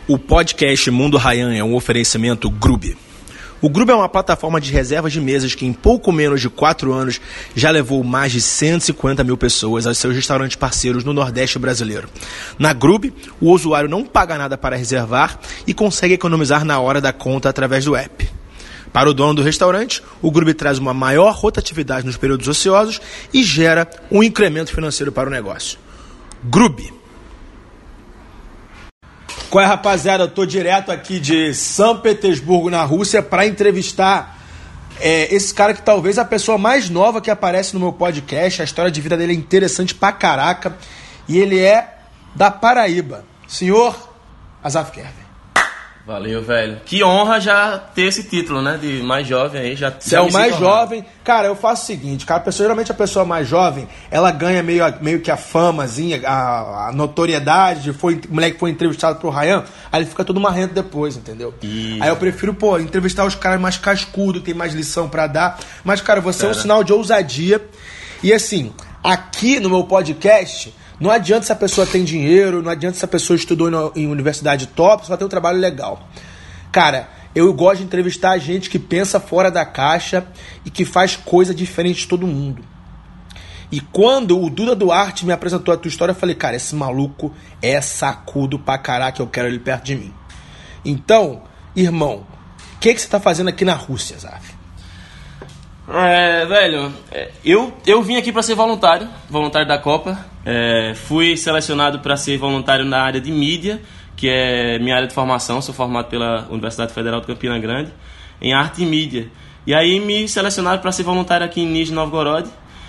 O podcast Mundo Ryan é um oferecimento Grube. O Grube é uma plataforma de reservas de mesas que em pouco menos de 4 anos já levou mais de 150 mil pessoas aos seus restaurantes parceiros no Nordeste brasileiro. Na Grube, o usuário não paga nada para reservar e consegue economizar na hora da conta através do app. Para o dono do restaurante, o Grube traz uma maior rotatividade nos períodos ociosos e gera um incremento financeiro para o negócio. Grube. Qual é, rapaziada? Eu tô direto aqui de São Petersburgo, na Rússia, para entrevistar esse cara que talvez a pessoa mais nova que aparece no meu podcast. A história de vida dele é interessante pra caraca. E ele é da Paraíba. Senhor Asaf Kerber. Valeu, velho. Que honra já ter esse título, né? De mais jovem aí. Você é o mais jovem. Cara, eu faço o seguinte, cara. Geralmente a pessoa mais jovem, ela ganha meio que a famazinha, a notoriedade. O moleque foi entrevistado pro Ryan, aí ele fica todo marrento depois, entendeu? Aí eu prefiro, entrevistar os caras mais cascudos, que tem mais lição pra dar. Mas, cara, você é um sinal de ousadia. E assim, aqui no meu podcast, não adianta se a pessoa tem dinheiro, não adianta se a pessoa estudou em universidade top, só tem um trabalho legal. Cara, eu gosto de entrevistar gente que pensa fora da caixa e que faz coisa diferente de todo mundo. E quando o Duda Duarte me apresentou a tua história, eu falei, cara, esse maluco é sacudo pra caraca, eu quero ele perto de mim. Então, irmão, o que você tá fazendo aqui na Rússia, Zaf? Velho, eu vim aqui para ser voluntário da Copa. Fui selecionado para ser voluntário na área de mídia, que é minha área de formação. Sou formado pela Universidade Federal de Campina Grande em arte e mídia. E aí me selecionaram para ser voluntário aqui em Nizhny Novgorod.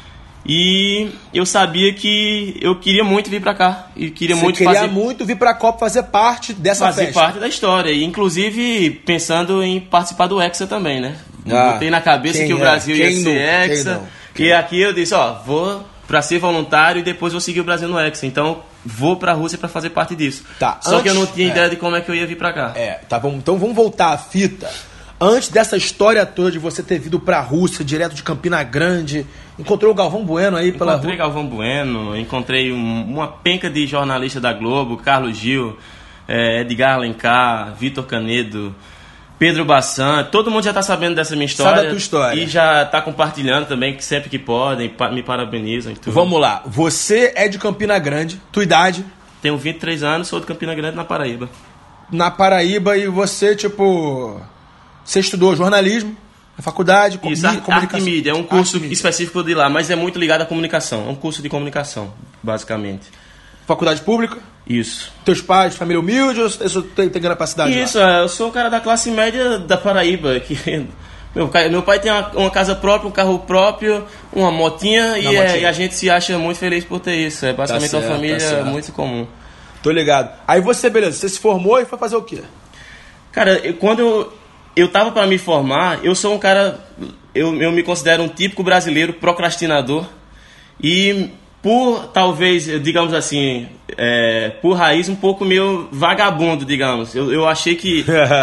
E eu sabia que eu queria muito vir para cá e queria muito vir para a Copa, fazer parte dessa festa. Fazer parte da história, e inclusive pensando em participar do Hexa também, né? Botei na cabeça que o Brasil ia ser Hexa. E aqui eu disse, vou para ser voluntário e depois vou seguir o Brasil no Hexa. Então vou para a Rússia para fazer parte disso. Só que eu não tinha ideia de como é que eu ia vir para cá. Então vamos voltar à fita. Antes dessa história toda de você ter vindo pra Rússia, direto de Campina Grande, encontrou o Galvão Bueno aí pela rua? Encontrei Galvão Bueno, encontrei uma penca de jornalistas da Globo, Carlos Gil, Edgar Alencar, Vitor Canedo, Pedro Bassan, todo mundo já tá sabendo dessa minha história. Sabe a tua história. E já tá compartilhando também, que sempre que podem, me parabenizam e tudo. Vamos lá, você é de Campina Grande, tua idade? Tenho 23 anos, sou de Campina Grande, na Paraíba. Na Paraíba, e você, você estudou jornalismo na faculdade, comunicação. Arte e mídia, é um curso específico de lá, mas é muito ligado à comunicação. É um curso de comunicação, basicamente. Faculdade pública? Isso. Teus pais, família humilde, ou você tem grana pra cidade? Isso, eu sou um cara da classe média da Paraíba. Meu pai tem uma casa própria, um carro próprio, uma motinha, e a gente se acha muito feliz por ter isso. É basicamente uma família muito comum. Tô ligado. Aí você se formou e foi fazer o quê? Cara, quando eu tava para me formar, eu sou um cara, eu me considero um típico brasileiro procrastinador, e por, talvez, digamos assim, por raiz um pouco meio vagabundo, digamos. Eu achei que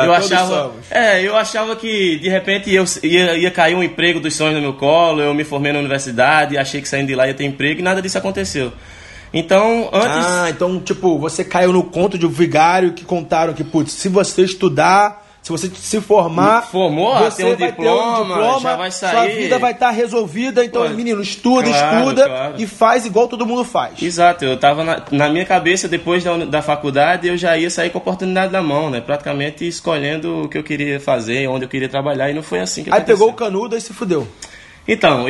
eu achava que de repente ia cair um emprego dos sonhos no meu colo. Eu me formei na universidade, achei que saindo de lá ia ter emprego, e nada disso aconteceu. Então, você caiu no conto de um vigário que contaram que, se você estudar, se você se formar, você tem um diploma, já vai sair. Sua vida vai estar resolvida. Então, menino, estuda e faz igual todo mundo faz. Exato, eu tava na minha cabeça, depois da faculdade, eu já ia sair com a oportunidade na mão, né? Praticamente escolhendo o que eu queria fazer, onde eu queria trabalhar, e não foi assim que aconteceu. Aí pegou o canudo e se fudeu. Então,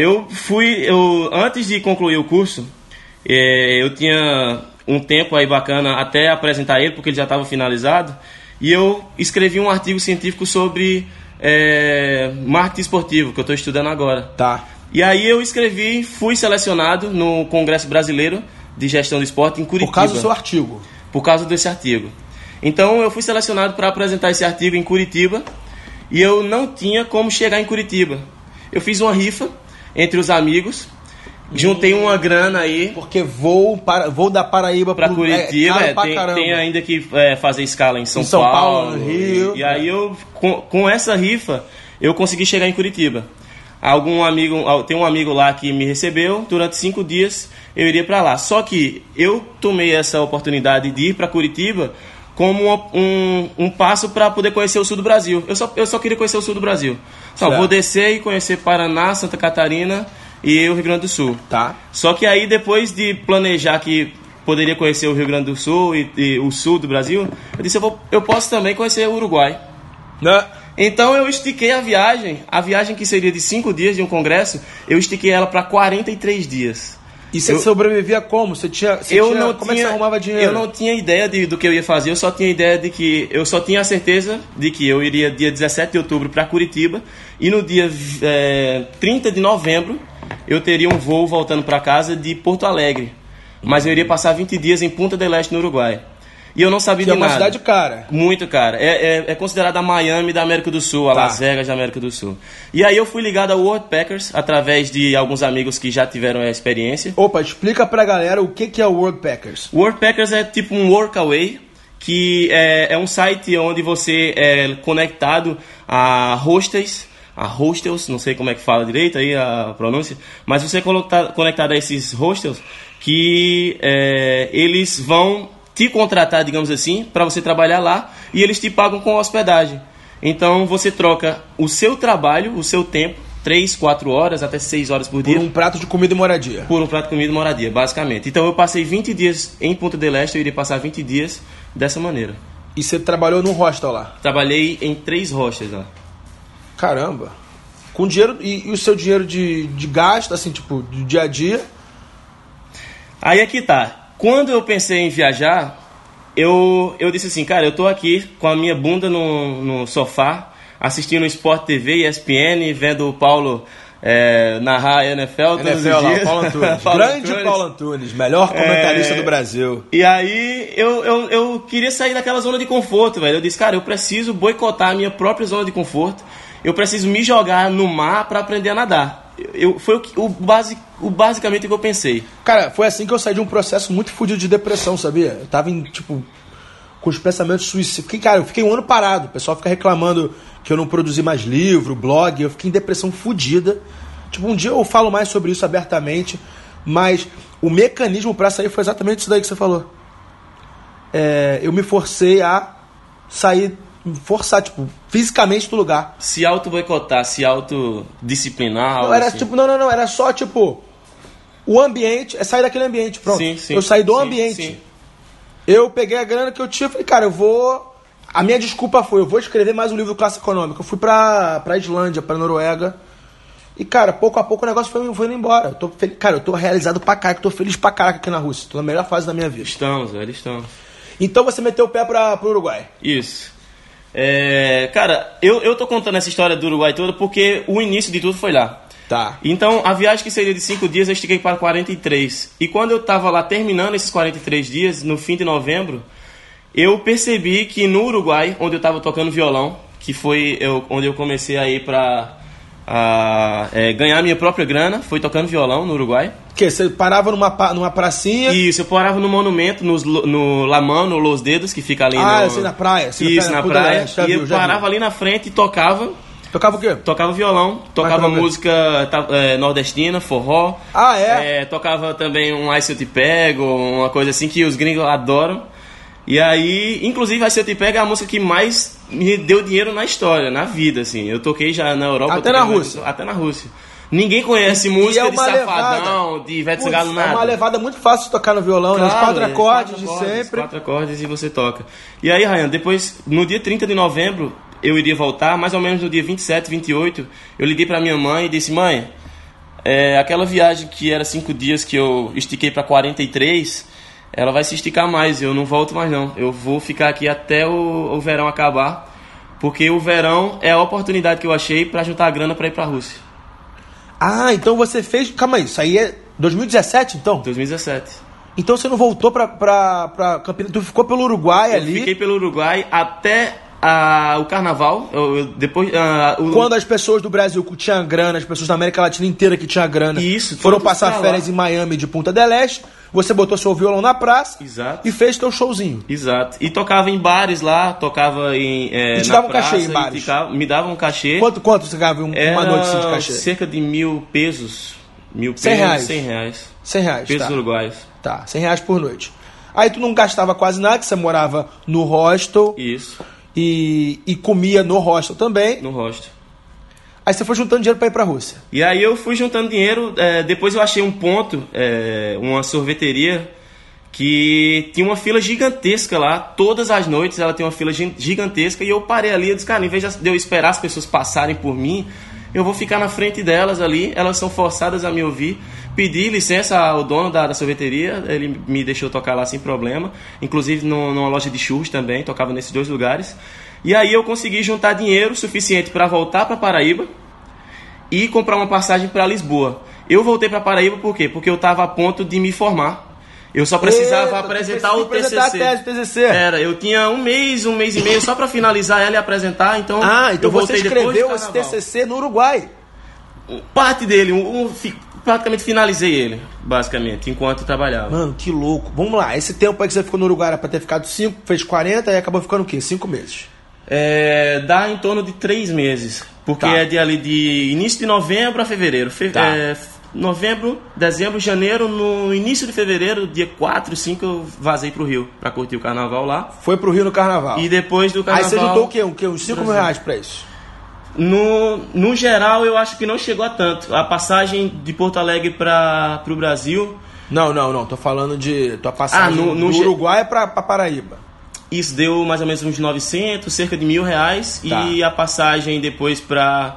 antes de concluir o curso, eu tinha um tempo aí bacana até apresentar ele, porque ele já estava finalizado. E eu escrevi um artigo científico sobre marketing esportivo, que eu estou estudando agora. Tá. E aí eu fui selecionado no Congresso Brasileiro de Gestão do Esporte em Curitiba. Por causa do seu artigo? Por causa desse artigo. Então eu fui selecionado para apresentar esse artigo em Curitiba, e eu não tinha como chegar em Curitiba. Eu fiz uma rifa entre os amigos, juntei uma grana aí. Porque voo da Paraíba para Curitiba, tem ainda que fazer escala em São Paulo, no Rio. E aí com essa rifa, eu consegui chegar em Curitiba. Tem um amigo lá que me recebeu. Durante 5 dias eu iria para lá. Só que eu tomei essa oportunidade de ir para Curitiba como um passo para poder conhecer o sul do Brasil. Eu só queria conhecer o sul do Brasil. Só vou descer e conhecer Paraná, Santa Catarina e o Rio Grande do Sul. Tá. Só que aí, depois de planejar que poderia conhecer o Rio Grande do Sul e o sul do Brasil, eu disse, eu posso também conhecer o Uruguai. Então eu estiquei a viagem que seria de 5 dias de um congresso, eu estiquei ela para 43 dias. E você sobrevivia como? Como é que você arrumava dinheiro? Eu não tinha ideia do que eu ia fazer, eu só tinha a certeza de que eu iria dia 17 de outubro para Curitiba e no dia 30 de novembro eu teria um voo voltando para casa de Porto Alegre. Mas eu iria passar 20 dias em Punta del Este, no Uruguai. E eu não sabia de nada. É uma cidade cara. Muito cara. É considerada a Miami da América do Sul, a Las Vegas da América do Sul. E aí eu fui ligado ao World Packers, através de alguns amigos que já tiveram a experiência. Opa, explica pra galera o que é o World Packers. O World Packers é tipo um workaway, que é um site onde você é conectado a hostels, não sei como é que fala direito aí a pronúncia, mas você é conectado a esses hostels que eles vão te contratar, digamos assim, para você trabalhar lá e eles te pagam com hospedagem. Então você troca o seu trabalho, o seu tempo, 3, 4 horas, até 6 horas por dia. Por um prato de comida e moradia. Por um prato de comida e moradia, basicamente. Então eu passei 20 dias em Punta del Este, eu iria passar 20 dias dessa maneira. E você trabalhou num hostel lá? Trabalhei em 3 hostels lá. Caramba. Com dinheiro, e o seu dinheiro de gasto, assim, tipo, de dia a dia? Aí é que tá. Quando eu pensei em viajar, eu disse assim, cara, eu tô aqui com a minha bunda no sofá, assistindo Sport TV, ESPN, vendo o Paulo narrar a NFL todos os dias. Lá, Paulo Antunes. Grande Paulo Antunes, melhor comentarista do Brasil. E aí eu queria sair daquela zona de conforto, velho. Eu disse, cara, eu preciso boicotar a minha própria zona de conforto. Eu preciso me jogar no mar para aprender a nadar. Foi basicamente o que eu pensei. Cara, foi assim que eu saí de um processo muito fodido de depressão, sabia? Eu tava com os pensamentos suicidas. Eu fiquei um ano parado. O pessoal fica reclamando que eu não produzi mais livro, blog. Eu fiquei em depressão fodida. Tipo, um dia eu falo mais sobre isso abertamente, mas o mecanismo pra sair foi exatamente isso daí que você falou. Eu me forcei a sair, fisicamente do lugar. Se auto-boicotar, se autodisciplinar. Não, era assim. Não, era só, o ambiente, sair daquele ambiente, pronto. Sim, sim, eu saí do ambiente. Sim. Eu peguei a grana que eu tinha e falei, cara, a minha desculpa foi, eu vou escrever mais um livro de classe econômica. Eu fui pra Islândia, pra Noruega. E, cara, pouco a pouco o negócio foi indo embora. Eu tô realizado pra caraca, tô feliz pra caraca aqui na Rússia. Tô na melhor fase da minha vida. Estamos. Então você meteu o pé pro Uruguai. Isso. Cara, eu tô contando essa história do Uruguai toda porque o início de tudo foi lá. Tá. Então, a viagem que seria de 5 dias, eu estiquei para 43. E quando eu tava lá terminando esses 43 dias, no fim de novembro, eu percebi que no Uruguai, onde eu tava tocando violão, que foi onde eu comecei a ir pra ganhar minha própria grana, foi tocando violão no Uruguai. Que você parava numa pracinha? Isso, eu parava no monumento, no La Mano, Los Dedos, que fica ali na praia. Isso, na praia. E eu parava ali na frente e tocava. Tocava o quê? Tocava violão, tocava música nordestina, forró. Tocava também um Ai Se Eu Te Pego, uma coisa assim que os gringos adoram. E aí, inclusive, Ai Se Eu Te Pego é a música que mais me deu dinheiro na história, na vida, assim. Eu toquei já na Europa. Até na Rússia. Até na Rússia. Ninguém conhece música de Safadão, de Ivete Sangalo, nada. É uma levada muito fácil de tocar no violão, claro, né? Os 4 acordes de sempre. 4 acordes e você toca. E aí, Ryan, depois, no dia 30 de novembro, eu iria voltar, mais ou menos no dia 27, 28, eu liguei pra minha mãe e disse, mãe, aquela viagem que era 5 dias que eu estiquei pra 43, ela vai se esticar mais, eu não volto mais não. Eu vou ficar aqui até o verão acabar, porque o verão é a oportunidade que eu achei pra juntar a grana pra ir pra Rússia. Ah, então você fez... Calma aí, isso aí é 2017, então? 2017. Então você não voltou pra Campinas, tu ficou pelo Uruguai ali? Eu fiquei pelo Uruguai até o carnaval. Quando as pessoas do Brasil que tinham grana, as pessoas da América Latina inteira que tinham grana, isso, foram passar férias em Miami de Punta del Este, você botou seu violão na praça. Exato. E fez teu showzinho. Exato. E tocava em bares lá, tocava em e te dava um cachê em bares? Me dava um cachê. Quanto você ganhava uma noite assim de cachê? Cerca de 1.000 pesos. 1.000 pesos, R$100. R$100. R$100, pesos tá. uruguaios. Tá, R$100 por noite. Aí tu não gastava quase nada, que você morava no hostel. Isso. E comia no hostel também. No hostel. Aí você foi juntando dinheiro pra ir pra Rússia. E aí eu fui juntando dinheiro, depois eu achei um ponto, uma sorveteria, que tinha uma fila gigantesca lá, todas as noites ela tem uma fila gigantesca, e eu parei ali, eu disse, cara, em vez de eu esperar as pessoas passarem por mim, eu vou ficar na frente delas ali, elas são forçadas a me ouvir. Pedi licença ao dono da sorveteria, ele me deixou tocar lá sem problema, inclusive numa loja de churros também, tocava nesses 2 lugares. E aí eu consegui juntar dinheiro suficiente para voltar para Paraíba e comprar uma passagem para Lisboa. Eu voltei para Paraíba por quê? Porque eu estava a ponto de me formar. Eu só precisava apresentar o TCC. A tese, TCC. Eu tinha um mês e meio só para finalizar ela e apresentar, então então eu voltei você escreveu esse TCC no Uruguai. Parte dele, praticamente finalizei ele, basicamente, enquanto eu trabalhava. Mano, que louco. Vamos lá, esse tempo aí que você ficou no Uruguai era pra ter ficado 5, fez 40 e acabou ficando o quê? 5 meses? Dá em torno de 3 meses, porque é de início de novembro a fevereiro. Novembro, dezembro, janeiro, no início de fevereiro, dia 4, 5, eu vazei pro Rio pra curtir o carnaval lá. Foi pro Rio no carnaval. E depois do carnaval... Aí você juntou o quê? Uns 5 mil reais pra isso? No geral, eu acho que não chegou a tanto. A passagem de Porto Alegre pro Brasil... Não. Tô falando de tua passagem do Uruguai pra Paraíba. Isso deu mais ou menos uns 900, cerca de R$1.000. Tá. E a passagem depois pra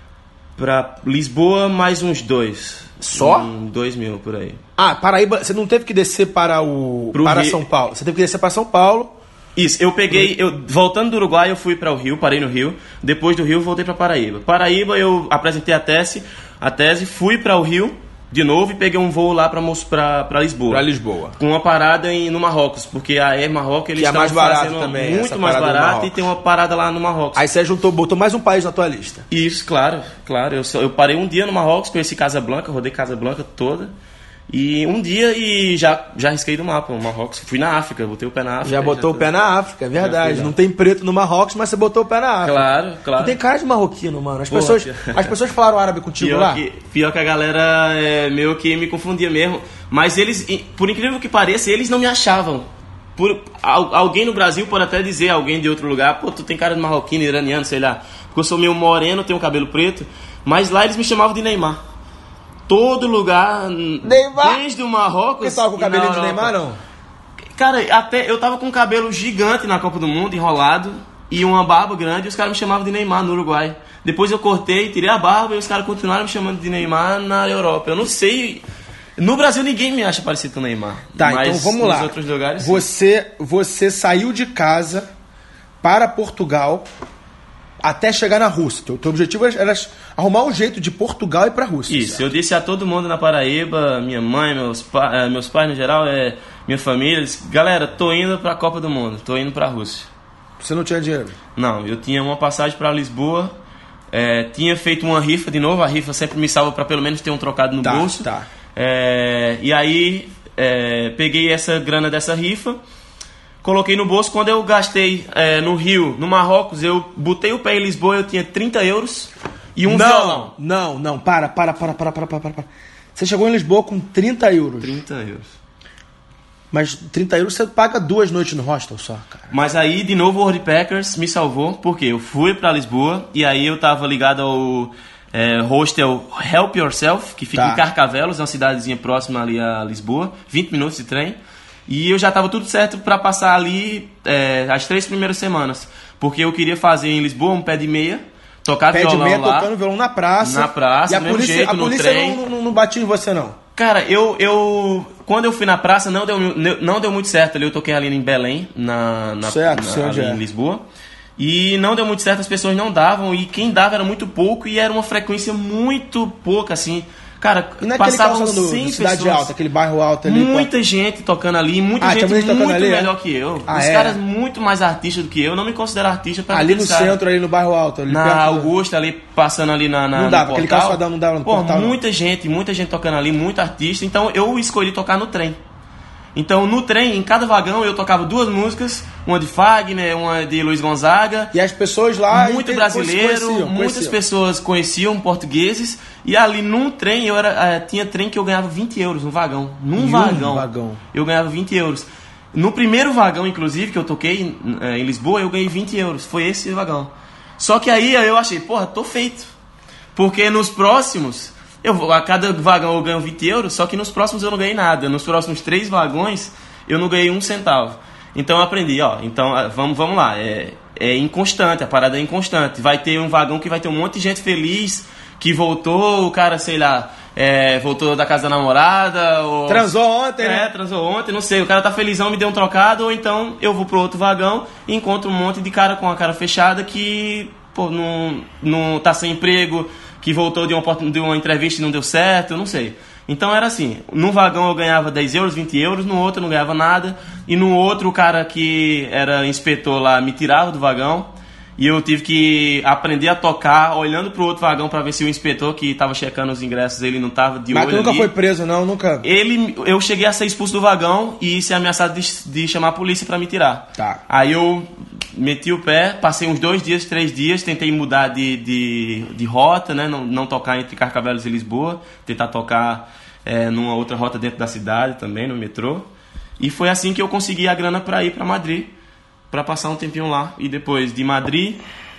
Lisboa, mais uns 2. Só? 2 mil, por aí. Paraíba, você não teve que descer para São Paulo. Você teve que descer para São Paulo. Isso, voltando do Uruguai, eu fui para o Rio, parei no Rio. Depois do Rio, voltei para Paraíba. Paraíba, eu apresentei a tese, fui para o Rio de novo e peguei um voo lá para Lisboa. Para Lisboa. Com uma parada no Marrocos, porque a Air Marrocos eles estão fazendo também, muito mais barato e tem uma parada lá no Marrocos. Aí você botou mais um país na tua lista. Isso, claro. Eu parei um dia no Marrocos, conheci Casablanca, rodei Casablanca toda. E um dia já risquei do mapa, o Marrocos. Fui na África, botei o pé na África. Já botou o pé na África, é verdade. Não tem preto no Marrocos, mas você botou o pé na África. Claro. Tu tem cara de marroquino, mano. As pessoas falaram árabe contigo lá? Pior que a galera meio que me confundia mesmo. Mas eles, por incrível que pareça, eles não me achavam. Alguém no Brasil pode até dizer, alguém de outro lugar, pô, tu tem cara de marroquino, iraniano, sei lá. Porque eu sou meio moreno, tenho cabelo preto. Mas lá eles me chamavam de Neymar. Todo lugar, Neymar? Desde o Marrocos... Você tava com o cabelinho de Neymar, não? Cara, até eu tava com um cabelo gigante na Copa do Mundo, enrolado, e uma barba grande, e os caras me chamavam de Neymar no Uruguai. Depois eu cortei, tirei a barba, e os caras continuaram me chamando de Neymar na Europa. Eu não sei... No Brasil ninguém me acha parecido com o Neymar. Tá, mas então vamos lá. Nos outros lugares... Você saiu de casa para Portugal... até chegar na Rússia. O teu objetivo era arrumar um jeito de Portugal e ir pra Rússia. Isso, certo? Eu disse a todo mundo na Paraíba, minha mãe, meus pais no geral, minha família, disse, galera, tô indo pra Copa do Mundo, tô indo pra Rússia. Você não tinha dinheiro? Não, eu tinha uma passagem pra Lisboa, tinha feito uma rifa de novo, a rifa sempre me salva pra pelo menos ter um trocado no bolso. Tá. E aí, peguei essa grana dessa rifa, coloquei no bolso. Quando eu gastei no Rio, no Marrocos, eu botei o pé em Lisboa, eu tinha 30 euros e um violão. Não, para. Você chegou em Lisboa com 30 euros. 30 euros. Mas 30 euros você paga 2 noites no hostel só, cara. Mas aí, de novo, o World Packers me salvou, porque eu fui pra Lisboa e aí eu tava ligado ao hostel Help Yourself, que fica em Carcavelos, uma cidadezinha próxima ali a Lisboa, 20 minutos de trem. E eu já estava tudo certo para passar ali as 3 primeiras semanas. Porque eu queria fazer em Lisboa um pé de meia, tocar violão lá. Pé de meia tocando violão na praça. Na praça, e a polícia não batia em você, não? Cara, quando eu fui na praça não deu muito certo ali. Eu toquei ali em Belém, em Lisboa. E não deu muito certo, as pessoas não davam. E quem dava era muito pouco e era uma frequência muito pouca, assim... Cara, passavam 100 Cidade pessoas, Alta, aquele bairro alto ali. Muita gente tocando ali, muita gente muito ali, melhor que eu. Os caras muito mais artistas do que eu. Não me considero artista pra ali no centro, ali no bairro alto. Ali na Augusta, ali passando ali não dava, aquele calçadão não dava no portal. Muita gente tocando ali, muito artista. Então eu escolhi tocar no trem. Então no trem, em cada vagão, eu tocava 2 músicas, uma de Fagner, uma de Luiz Gonzaga. E as pessoas lá... Muito brasileiro, muitas pessoas conheciam portugueses. E ali num trem, tinha trem que eu ganhava 20 euros no vagão. Num vagão. Eu ganhava 20 euros. No primeiro vagão, inclusive, que eu toquei em Lisboa, eu ganhei 20 euros. Foi esse vagão. Só que aí eu achei, porra, tô feito. Porque nos próximos, a cada vagão eu ganho 20 euros, só que nos próximos eu não ganhei nada. Nos próximos 3 vagões, eu não ganhei 1 centavo. Então eu aprendi, então vamos lá. É inconstante, a parada é inconstante. Vai ter um vagão que vai ter um monte de gente feliz, que voltou, o cara, sei lá, voltou da casa da namorada, ou... Transou ontem, né? Transou ontem, não sei, o cara tá felizão, me deu um trocado, ou então eu vou pro outro vagão e encontro um monte de cara com a cara fechada que, pô, não tá sem emprego, que voltou de uma entrevista e não deu certo, eu não sei. Então era assim, num vagão eu ganhava 10 euros, 20 euros, no outro eu não ganhava nada, e no outro o cara que era inspetor lá me tirava do vagão, e eu tive que aprender a tocar olhando pro outro vagão para ver se o inspetor que tava checando os ingressos, ele não tava de olho ali. Mas tu nunca foi preso, não? Nunca? Eu cheguei a ser expulso do vagão e ser ameaçado de chamar a polícia para me tirar. Tá. Aí eu meti o pé, passei uns 2 dias, 3 dias, tentei mudar de rota, né? Não tocar entre Carcavelos e Lisboa, tentar tocar numa outra rota dentro da cidade também, no metrô. E foi assim que eu consegui a grana para ir para Madrid, para passar um tempinho lá. E depois de Madrid,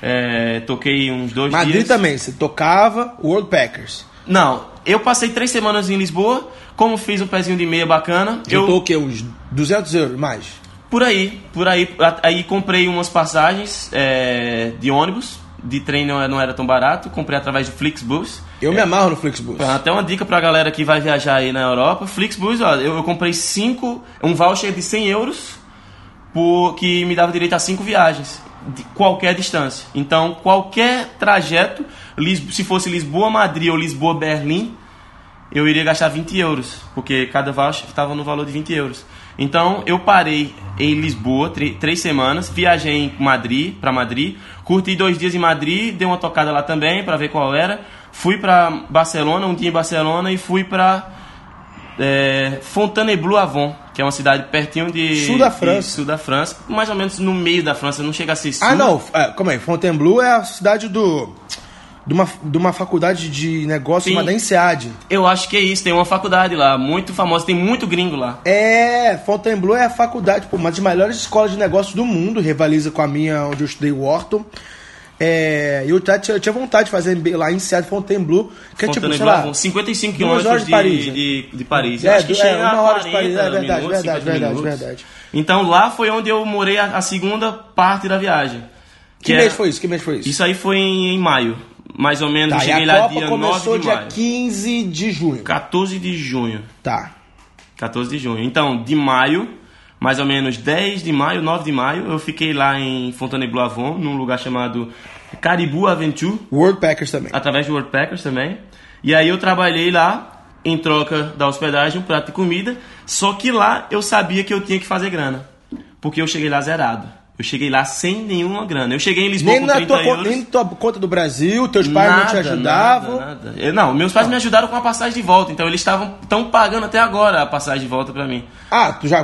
toquei uns 2 dias. Madrid também, você tocava World Packers? Não, eu passei 3 semanas em Lisboa, como fiz um pezinho de meia bacana. Eu tô o quê? Uns 200 euros mais? Por aí. Aí comprei umas passagens de ônibus, de trem não era tão barato, comprei através do Flixbus. Eu me amarro no Flixbus. Até uma dica pra galera que vai viajar aí na Europa. Flixbus, ó, eu comprei um voucher de 100 euros, que me dava direito a 5 viagens, de qualquer distância. Então, qualquer trajeto, se fosse Lisboa-Madrid ou Lisboa-Berlim, eu iria gastar 20 euros, porque cada voucher estava no valor de 20 euros. Então, eu parei em Lisboa 3 semanas, viajei para Madrid, curti 2 dias em Madrid, dei uma tocada lá também para ver qual era, fui para Barcelona, um dia em Barcelona, e fui para Fontainebleau-Avon, que é uma cidade pertinho sul da França, mais ou menos no meio da França, não chega a ser sul. Ah, não, calma aí, Fontainebleau é a cidade de uma faculdade de negócios chamada INSEAD. Eu acho que é isso, tem uma faculdade lá, muito famosa, tem muito gringo lá. Fontainebleau é a faculdade, uma das melhores escolas de negócios do mundo, rivaliza com a minha, onde eu estudei, Wharton. Eu tinha vontade de fazer lá em INSEAD, Fontainebleau, que é tipo, sei lá, 55 quilômetros de Paris. Acho que chega a 40 de Paris, verdade. Então lá foi onde eu morei a segunda parte da viagem. Que mês foi isso? Isso aí foi em maio. Mais ou menos, eu cheguei lá dia 9 de maio. A Copa começou dia 15 de junho. 14 de junho. Tá. 14 de junho. Então, de maio, mais ou menos 10 de maio, 9 de maio, eu fiquei lá em Fontainebleau-Avon, num lugar chamado Caribou Aventure. World Packers também. Através do World Packers também. E aí eu trabalhei lá, em troca da hospedagem, um prato de comida. Só que lá eu sabia que eu tinha que fazer grana. Porque eu cheguei lá zerado. Eu cheguei lá sem nenhuma grana. Eu cheguei em Lisboa com 30 euros. Nem na tua conta do Brasil, teus pais não te ajudavam? Nada. Não, meus pais me ajudaram com a passagem de volta. Então eles estão pagando até agora a passagem de volta pra mim. Tu já...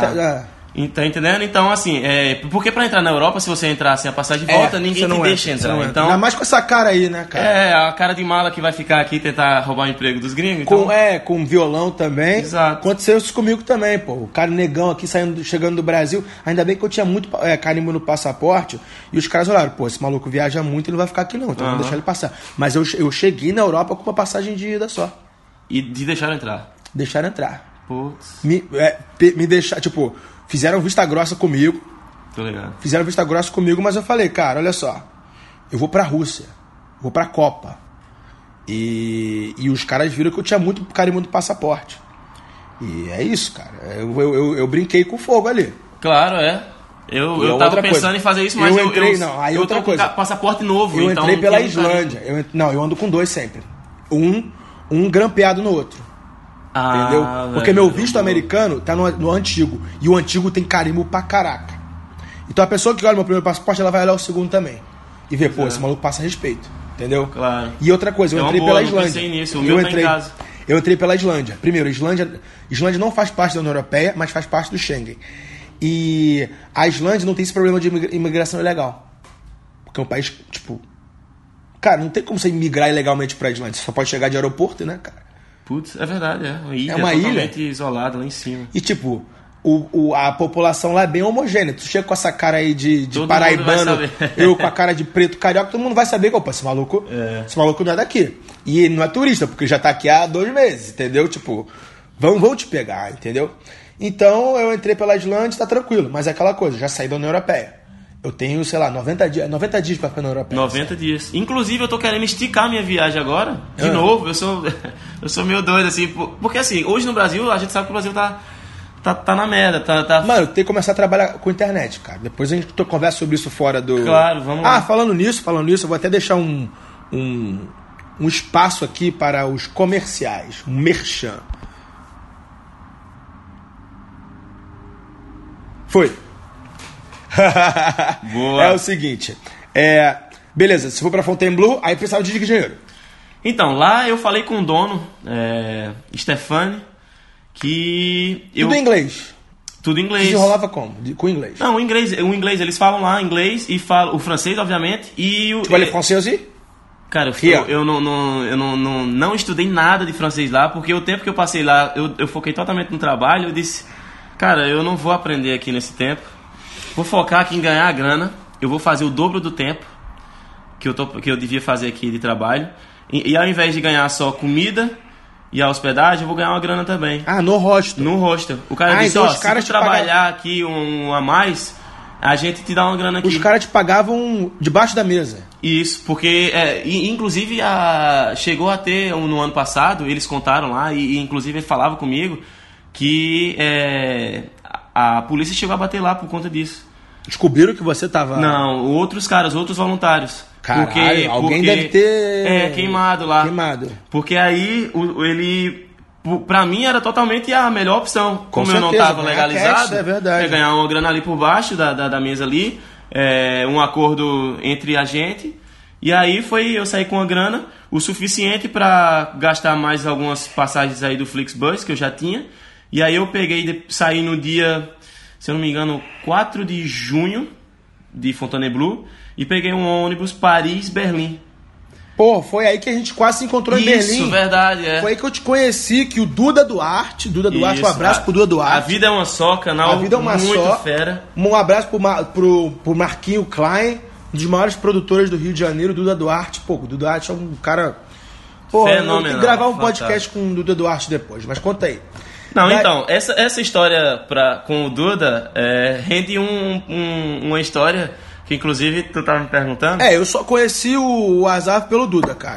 Tá entendendo? Então, assim, porque pra entrar na Europa, se você entrar sem a passagem de volta, ninguém te deixa entrar. Então, ainda mais com essa cara aí, né, cara? A cara de mala que vai ficar aqui e tentar roubar o emprego dos gringos. Então... Com violão também. Exato. Aconteceu isso comigo também, pô. O cara negão aqui chegando do Brasil. Ainda bem que eu tinha muito carimbo no passaporte. E os caras olharam, pô, esse maluco viaja muito, ele não vai ficar aqui não. Então vamos deixar ele passar. Mas eu cheguei na Europa com uma passagem de ida só. E de deixaram entrar? Deixaram entrar. Putz. Me deixaram, tipo... Fizeram vista grossa comigo. Tô ligado. Fizeram vista grossa comigo, mas eu falei, cara, olha só. Eu vou pra Rússia. Vou pra Copa. E os caras viram que eu tinha muito carimbo do passaporte. E é isso, cara. Eu brinquei com fogo ali. Claro, Eu tava pensando em fazer isso, mas eu tô com passaporte novo. Eu entrei pela Islândia. Eu ando com 2 sempre. Um grampeado no outro. Entendeu? Porque meu visto americano tá no antigo. E o antigo tem carimbo pra caraca. Então a pessoa que olha meu primeiro passaporte, ela vai olhar o segundo também. E vê, esse maluco passa respeito. Entendeu? Claro. E outra coisa, eu entrei pela Islândia. Eu pensei nisso, o meu tá em casa. Eu entrei pela Islândia. Primeiro, Islândia não faz parte da União Europeia, mas faz parte do Schengen. E a Islândia não tem esse problema de imigração ilegal. Porque é um país, tipo... Cara, não tem como você imigrar ilegalmente pra Islândia. Você só pode chegar de aeroporto, né, cara? Putz, é verdade, uma ilha totalmente isolada lá em cima. E tipo, a população lá é bem homogênea. Tu chega com essa cara aí de Todo paraibano, mundo vai eu com a cara de preto carioca, todo mundo vai saber que, opa, esse maluco não é daqui. E ele não é turista, porque já tá aqui há 2 meses, entendeu? Tipo, vão te pegar, entendeu? Então eu entrei pela Islândia, tá tranquilo, mas é aquela coisa, já saí da União Europeia. Eu tenho, sei lá, 90 dias pra ficar na União Europeia. 90 dias. Inclusive, eu tô querendo esticar minha viagem agora, de novo. Eu sou meio doido, assim, porque assim, hoje no Brasil, a gente sabe que o Brasil tá na merda, tá... Mano, tem que começar a trabalhar com internet, cara. Depois a gente conversa sobre isso fora do... Claro, vamos lá. Falando nisso, eu vou até deixar um espaço aqui para os comerciais, um merchan. Foi. Boa. É o seguinte, beleza, se for pra Fontainebleau, aí precisava de dinheiro. Então, lá eu falei com o dono, Stefani, que Tudo em inglês? Tudo em inglês. Você rolava como? Com inglês? Não, o inglês, eles falam lá inglês e falam o francês, obviamente, e o... Tu fala francês aí? Cara, eu não estudei nada de francês lá, porque o tempo que eu passei lá, eu foquei totalmente no trabalho, eu disse, cara, eu não vou aprender aqui nesse tempo, vou focar aqui em ganhar a grana, eu vou fazer o dobro do tempo que eu devia fazer aqui de trabalho, e ao invés de ganhar só comida e a hospedagem, eu vou ganhar uma grana também. No hostel? No hostel. O cara disse, então se tu trabalhar aqui a mais, a gente te dá uma grana aqui. Os caras te pagavam debaixo da mesa? Isso, porque, inclusive, chegou a ter, no ano passado, eles contaram lá, e inclusive ele falava comigo, que a polícia chegou a bater lá por conta disso. Descobriram que você tava... Não, outros voluntários. Caralho, alguém deve ter... queimado lá. Queimado. Porque aí, ele... Pra mim era totalmente a melhor opção. Como eu não estava legalizado, é verdade. Ganhar uma grana ali por baixo da mesa ali, um acordo entre a gente. E aí eu saí com uma grana, o suficiente para gastar mais algumas passagens aí do Flixbus que eu já tinha. E aí eu saí no dia, se eu não me engano, 4 de junho de Fontainebleau e peguei um ônibus Paris-Berlim. Pô, foi aí que a gente quase se encontrou em Berlim. Isso, verdade, Foi aí que eu te conheci, que o Duda Duarte, um abraço pro Duda Duarte. A Vida é uma só, canal muito fera. Um abraço pro Marquinho Klein, um dos maiores produtores do Rio de Janeiro, Duda Duarte. Pô, o Duda Duarte é um cara... Pô, fenomenal. Eu tenho que gravar um podcast com o Duda Duarte depois, mas conta aí. Não, então, essa história com o Duda rende uma história... Que inclusive tu tava me perguntando. Eu só conheci o Azaf pelo Duda, cara.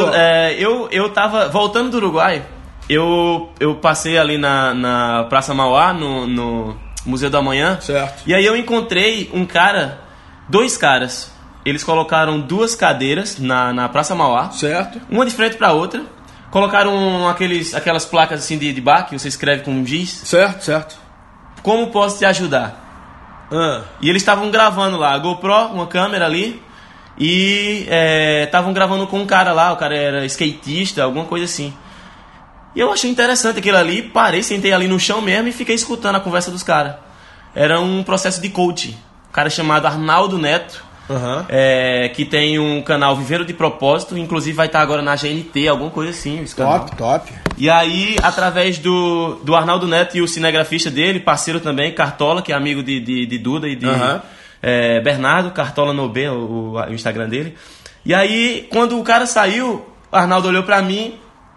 Eu tava voltando do Uruguai. Eu passei ali na Praça Mauá, no Museu do Amanhã. Certo. E aí eu encontrei dois caras. Eles colocaram 2 cadeiras na Praça Mauá. Certo. Uma de frente pra outra. Colocaram aquelas placas assim de bar que você escreve com um giz. Certo. Como posso te ajudar? E eles estavam gravando lá, a GoPro, uma câmera ali, e estavam gravando com um cara lá, o cara era skatista, alguma coisa assim. E eu achei interessante aquilo ali, parei, sentei ali no chão mesmo e fiquei escutando a conversa dos caras. Era um processo de coaching. Um cara chamado Arnaldo Neto, que tem um canal Viveiro de Propósito, inclusive vai estar agora na GNT, alguma coisa assim. Esse canal. Top. E aí, através do Arnaldo Neto e o cinegrafista dele, parceiro também, Cartola, que é amigo de Duda e de Bernardo, Cartola Nobê, o Instagram dele. E aí, quando o cara saiu, o Arnaldo olhou pra mim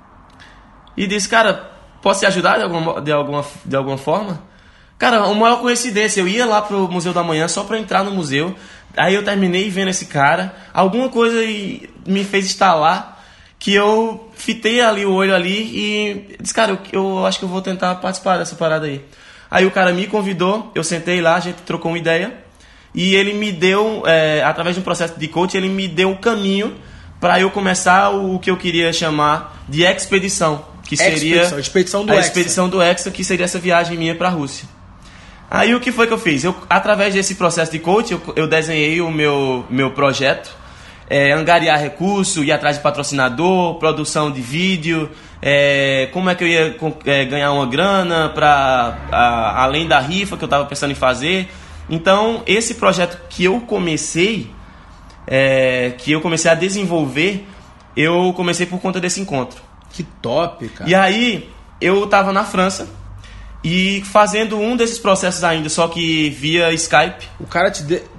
e disse, cara, posso te ajudar de alguma forma? Cara, uma maior coincidência, eu ia lá pro Museu da Manhã só pra entrar no museu, aí eu terminei vendo esse cara, alguma coisa me fez estalar, que eu fitei ali o olho ali e disse, cara, eu acho que eu vou tentar participar dessa parada aí. Aí o cara me convidou, eu sentei lá, a gente trocou uma ideia e ele me deu, através de um processo de coaching, ele me deu o caminho para eu começar o que eu queria chamar de expedição, que seria a expedição do Hexa, que seria essa viagem minha para a Rússia. Aí o que foi que eu fiz? Através desse processo de coaching, eu desenhei o meu projeto, angariar recurso, ir atrás de patrocinador, produção de vídeo, como é que eu ia ganhar uma grana além da rifa que eu estava pensando em fazer. Então, esse projeto que eu comecei a desenvolver, eu comecei por conta desse encontro. Que top, cara. E aí, eu estava na França e fazendo um desses processos ainda, só que via Skype. O cara te deu...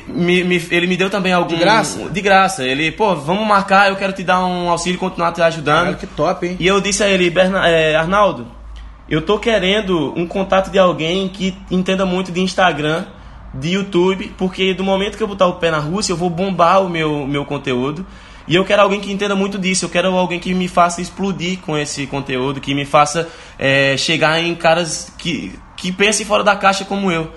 Ele me deu também algum... De graça? De graça. Ele, vamos marcar, eu quero te dar um auxílio e continuar te ajudando. Cara, que top, hein? E eu disse a ele, Arnaldo, eu tô querendo um contato de alguém que entenda muito de Instagram, de YouTube, porque do momento que eu botar o pé na Rússia, eu vou bombar o meu conteúdo. E eu quero alguém que entenda muito disso. Eu quero alguém que me faça explodir com esse conteúdo, que me faça chegar em caras que pensem fora da caixa como eu.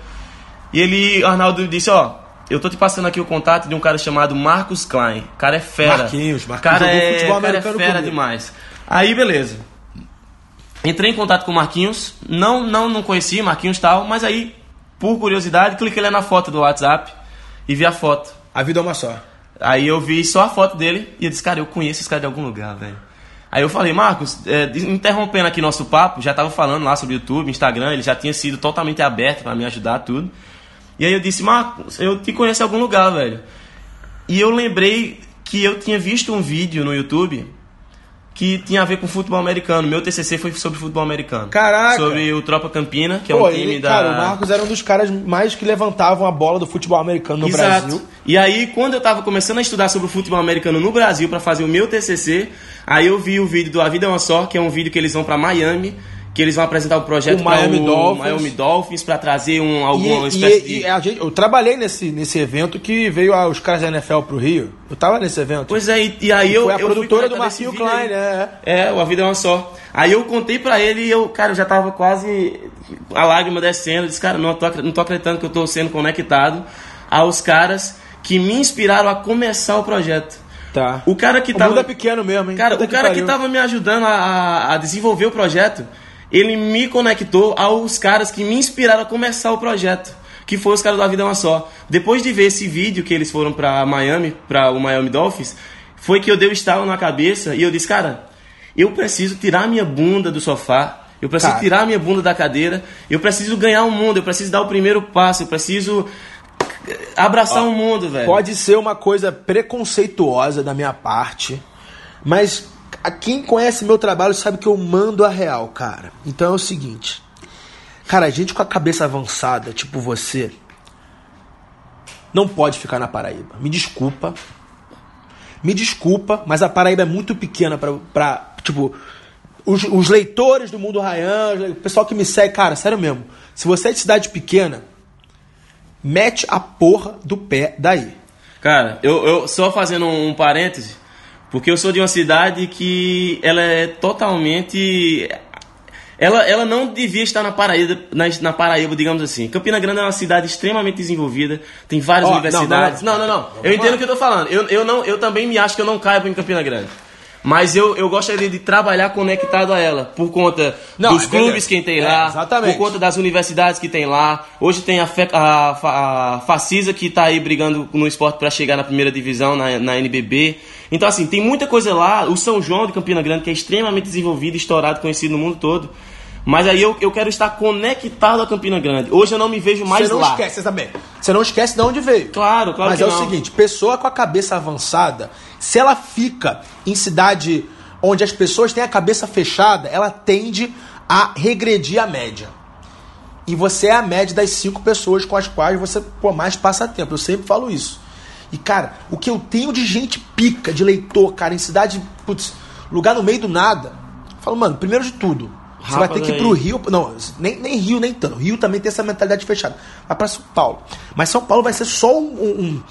E Arnaldo disse, eu tô te passando aqui o contato de um cara chamado Marcos Klein. O cara é fera. Marquinhos cara jogou futebol é americano fera comigo. demais. Aí, beleza. Entrei em contato com o Marquinhos. Não conhecia Marquinhos e tal, mas aí, por curiosidade, cliquei lá na foto do WhatsApp e vi a foto. A vida é uma só. Aí eu vi só a foto dele e eu disse, cara, eu conheço esse cara de algum lugar, velho. Aí eu falei, Marcos, interrompendo aqui nosso papo, já tava falando lá sobre YouTube, Instagram, ele já tinha sido totalmente aberto pra me ajudar, tudo. E aí eu disse, Marcos, eu te conheço em algum lugar, velho. E eu lembrei que eu tinha visto um vídeo no YouTube que tinha a ver com futebol americano. Meu TCC foi sobre futebol americano. Caraca! Sobre o Tropa Campina, que é um time da... Cara, o Marcos era um dos caras mais que levantavam a bola do futebol americano no Exato. Brasil. E aí, quando eu tava começando a estudar sobre o futebol americano no Brasil para fazer o meu TCC, aí eu vi o vídeo do A Vida é uma Só, que é um vídeo que eles vão para Miami, que eles vão apresentar o projeto para o Miami Dolphins para trazer alguma espécie de... eu trabalhei nesse evento que veio os caras da NFL pro Rio. Eu tava nesse evento. Pois é, e aí eu... Foi a eu produtora do Marquinhos Klein, né? O A Vida é uma Só. Aí eu contei pra ele e eu já tava quase a lágrima descendo. Eu disse, cara, não tô acreditando que eu tô sendo conectado aos caras que me inspiraram a começar o projeto. Tá. O cara que o mundo é pequeno mesmo, hein? Cara, o cara que tava me ajudando a desenvolver o projeto, ele me conectou aos caras que me inspiraram a começar o projeto, que foi os caras da Vida é uma Só. Depois de ver esse vídeo que eles foram pra Miami, pra o Miami Dolphins, foi que eu dei o estalo na cabeça e eu disse, cara, eu preciso tirar minha bunda do sofá, eu preciso tirar minha bunda da cadeira, eu preciso ganhar o mundo, eu preciso dar o primeiro passo, eu preciso abraçar o mundo, velho. Pode ser uma coisa preconceituosa da minha parte, mas quem conhece meu trabalho sabe que eu mando a real, cara. Então é o seguinte, cara, a gente com a cabeça avançada, tipo você, não pode ficar na Paraíba. Me desculpa, mas a Paraíba é muito pequena pra tipo, os leitores do Mundo Ryan, o pessoal que me segue, cara, sério mesmo, se você é de cidade pequena, mete a porra do pé daí. Cara, eu só fazendo um parêntese, porque eu sou de uma cidade que ela é totalmente... Ela não devia estar na Paraíba, digamos assim. Campina Grande é uma cidade extremamente desenvolvida, tem várias universidades. Não. Eu entendo o que eu tô falando. Eu também me acho que eu não caibo em Campina Grande. Mas eu gostaria de trabalhar conectado a ela, por conta dos clubes que tem lá, exatamente. por conta das universidades que tem lá. Hoje tem a Facisa, que tá aí brigando no esporte para chegar na primeira divisão, na NBB. Então, assim, tem muita coisa lá. O São João de Campina Grande, que é extremamente desenvolvido, estourado, conhecido no mundo todo. Mas aí eu quero estar conectado a Campina Grande. Hoje eu não me vejo mais lá. Você não esquece também. Você não esquece de onde veio. Claro Mas que é não. o seguinte, pessoa com a cabeça avançada, se ela fica em cidade onde as pessoas têm a cabeça fechada, ela tende a regredir a média. E você é a média das 5 pessoas com as quais você mais passa tempo. Eu sempre falo isso. E, cara, o que eu tenho de gente pica, de leitor, cara, em cidade, lugar no meio do nada, eu falo, mano, primeiro de tudo, você vai ter que ir pro Rio. Não, nem Rio, nem tanto. Rio também tem essa mentalidade fechada. Vai pra São Paulo. Mas São Paulo vai ser só um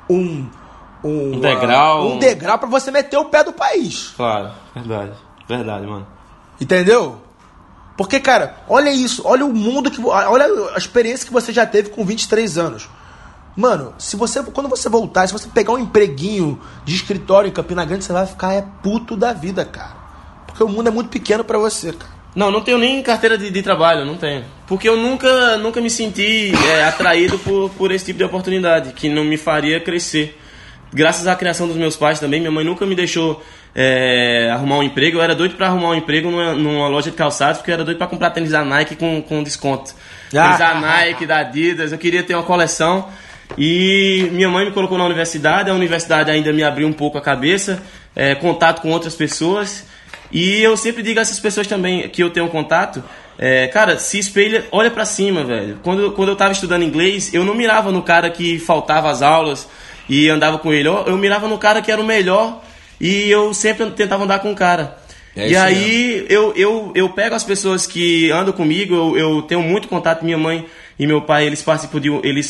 degrau. Um degrau pra você meter o pé do país. Claro, verdade, mano. Entendeu? Porque, cara, olha isso. Olha o mundo olha a experiência que você já teve com 23 anos. Mano, quando você voltar, se você pegar um empreguinho de escritório em Campina Grande, você vai ficar puto da vida, cara. Porque o mundo é muito pequeno pra você, cara. Não tenho nem carteira de trabalho, não tenho. Porque eu nunca me senti atraído por esse tipo de oportunidade, que não me faria crescer. Graças à criação dos meus pais também, minha mãe nunca me deixou arrumar um emprego. Eu era doido pra arrumar um emprego numa loja de calçados, porque eu era doido pra comprar tênis da Nike com desconto. Tênis da Nike, da Adidas, eu queria ter uma coleção. E minha mãe me colocou na universidade, a universidade ainda me abriu um pouco a cabeça, contato com outras pessoas. E eu sempre digo a essas pessoas também que eu tenho contato Cara, se espelha, olha pra cima, velho. Quando eu tava estudando inglês, eu não mirava no cara que faltava às aulas e andava com ele. Eu mirava no cara que era o melhor e eu sempre tentava andar com o cara. E aí eu pego as pessoas que andam comigo, eu tenho muito contato. Minha mãe e meu pai, eles participam de... Eles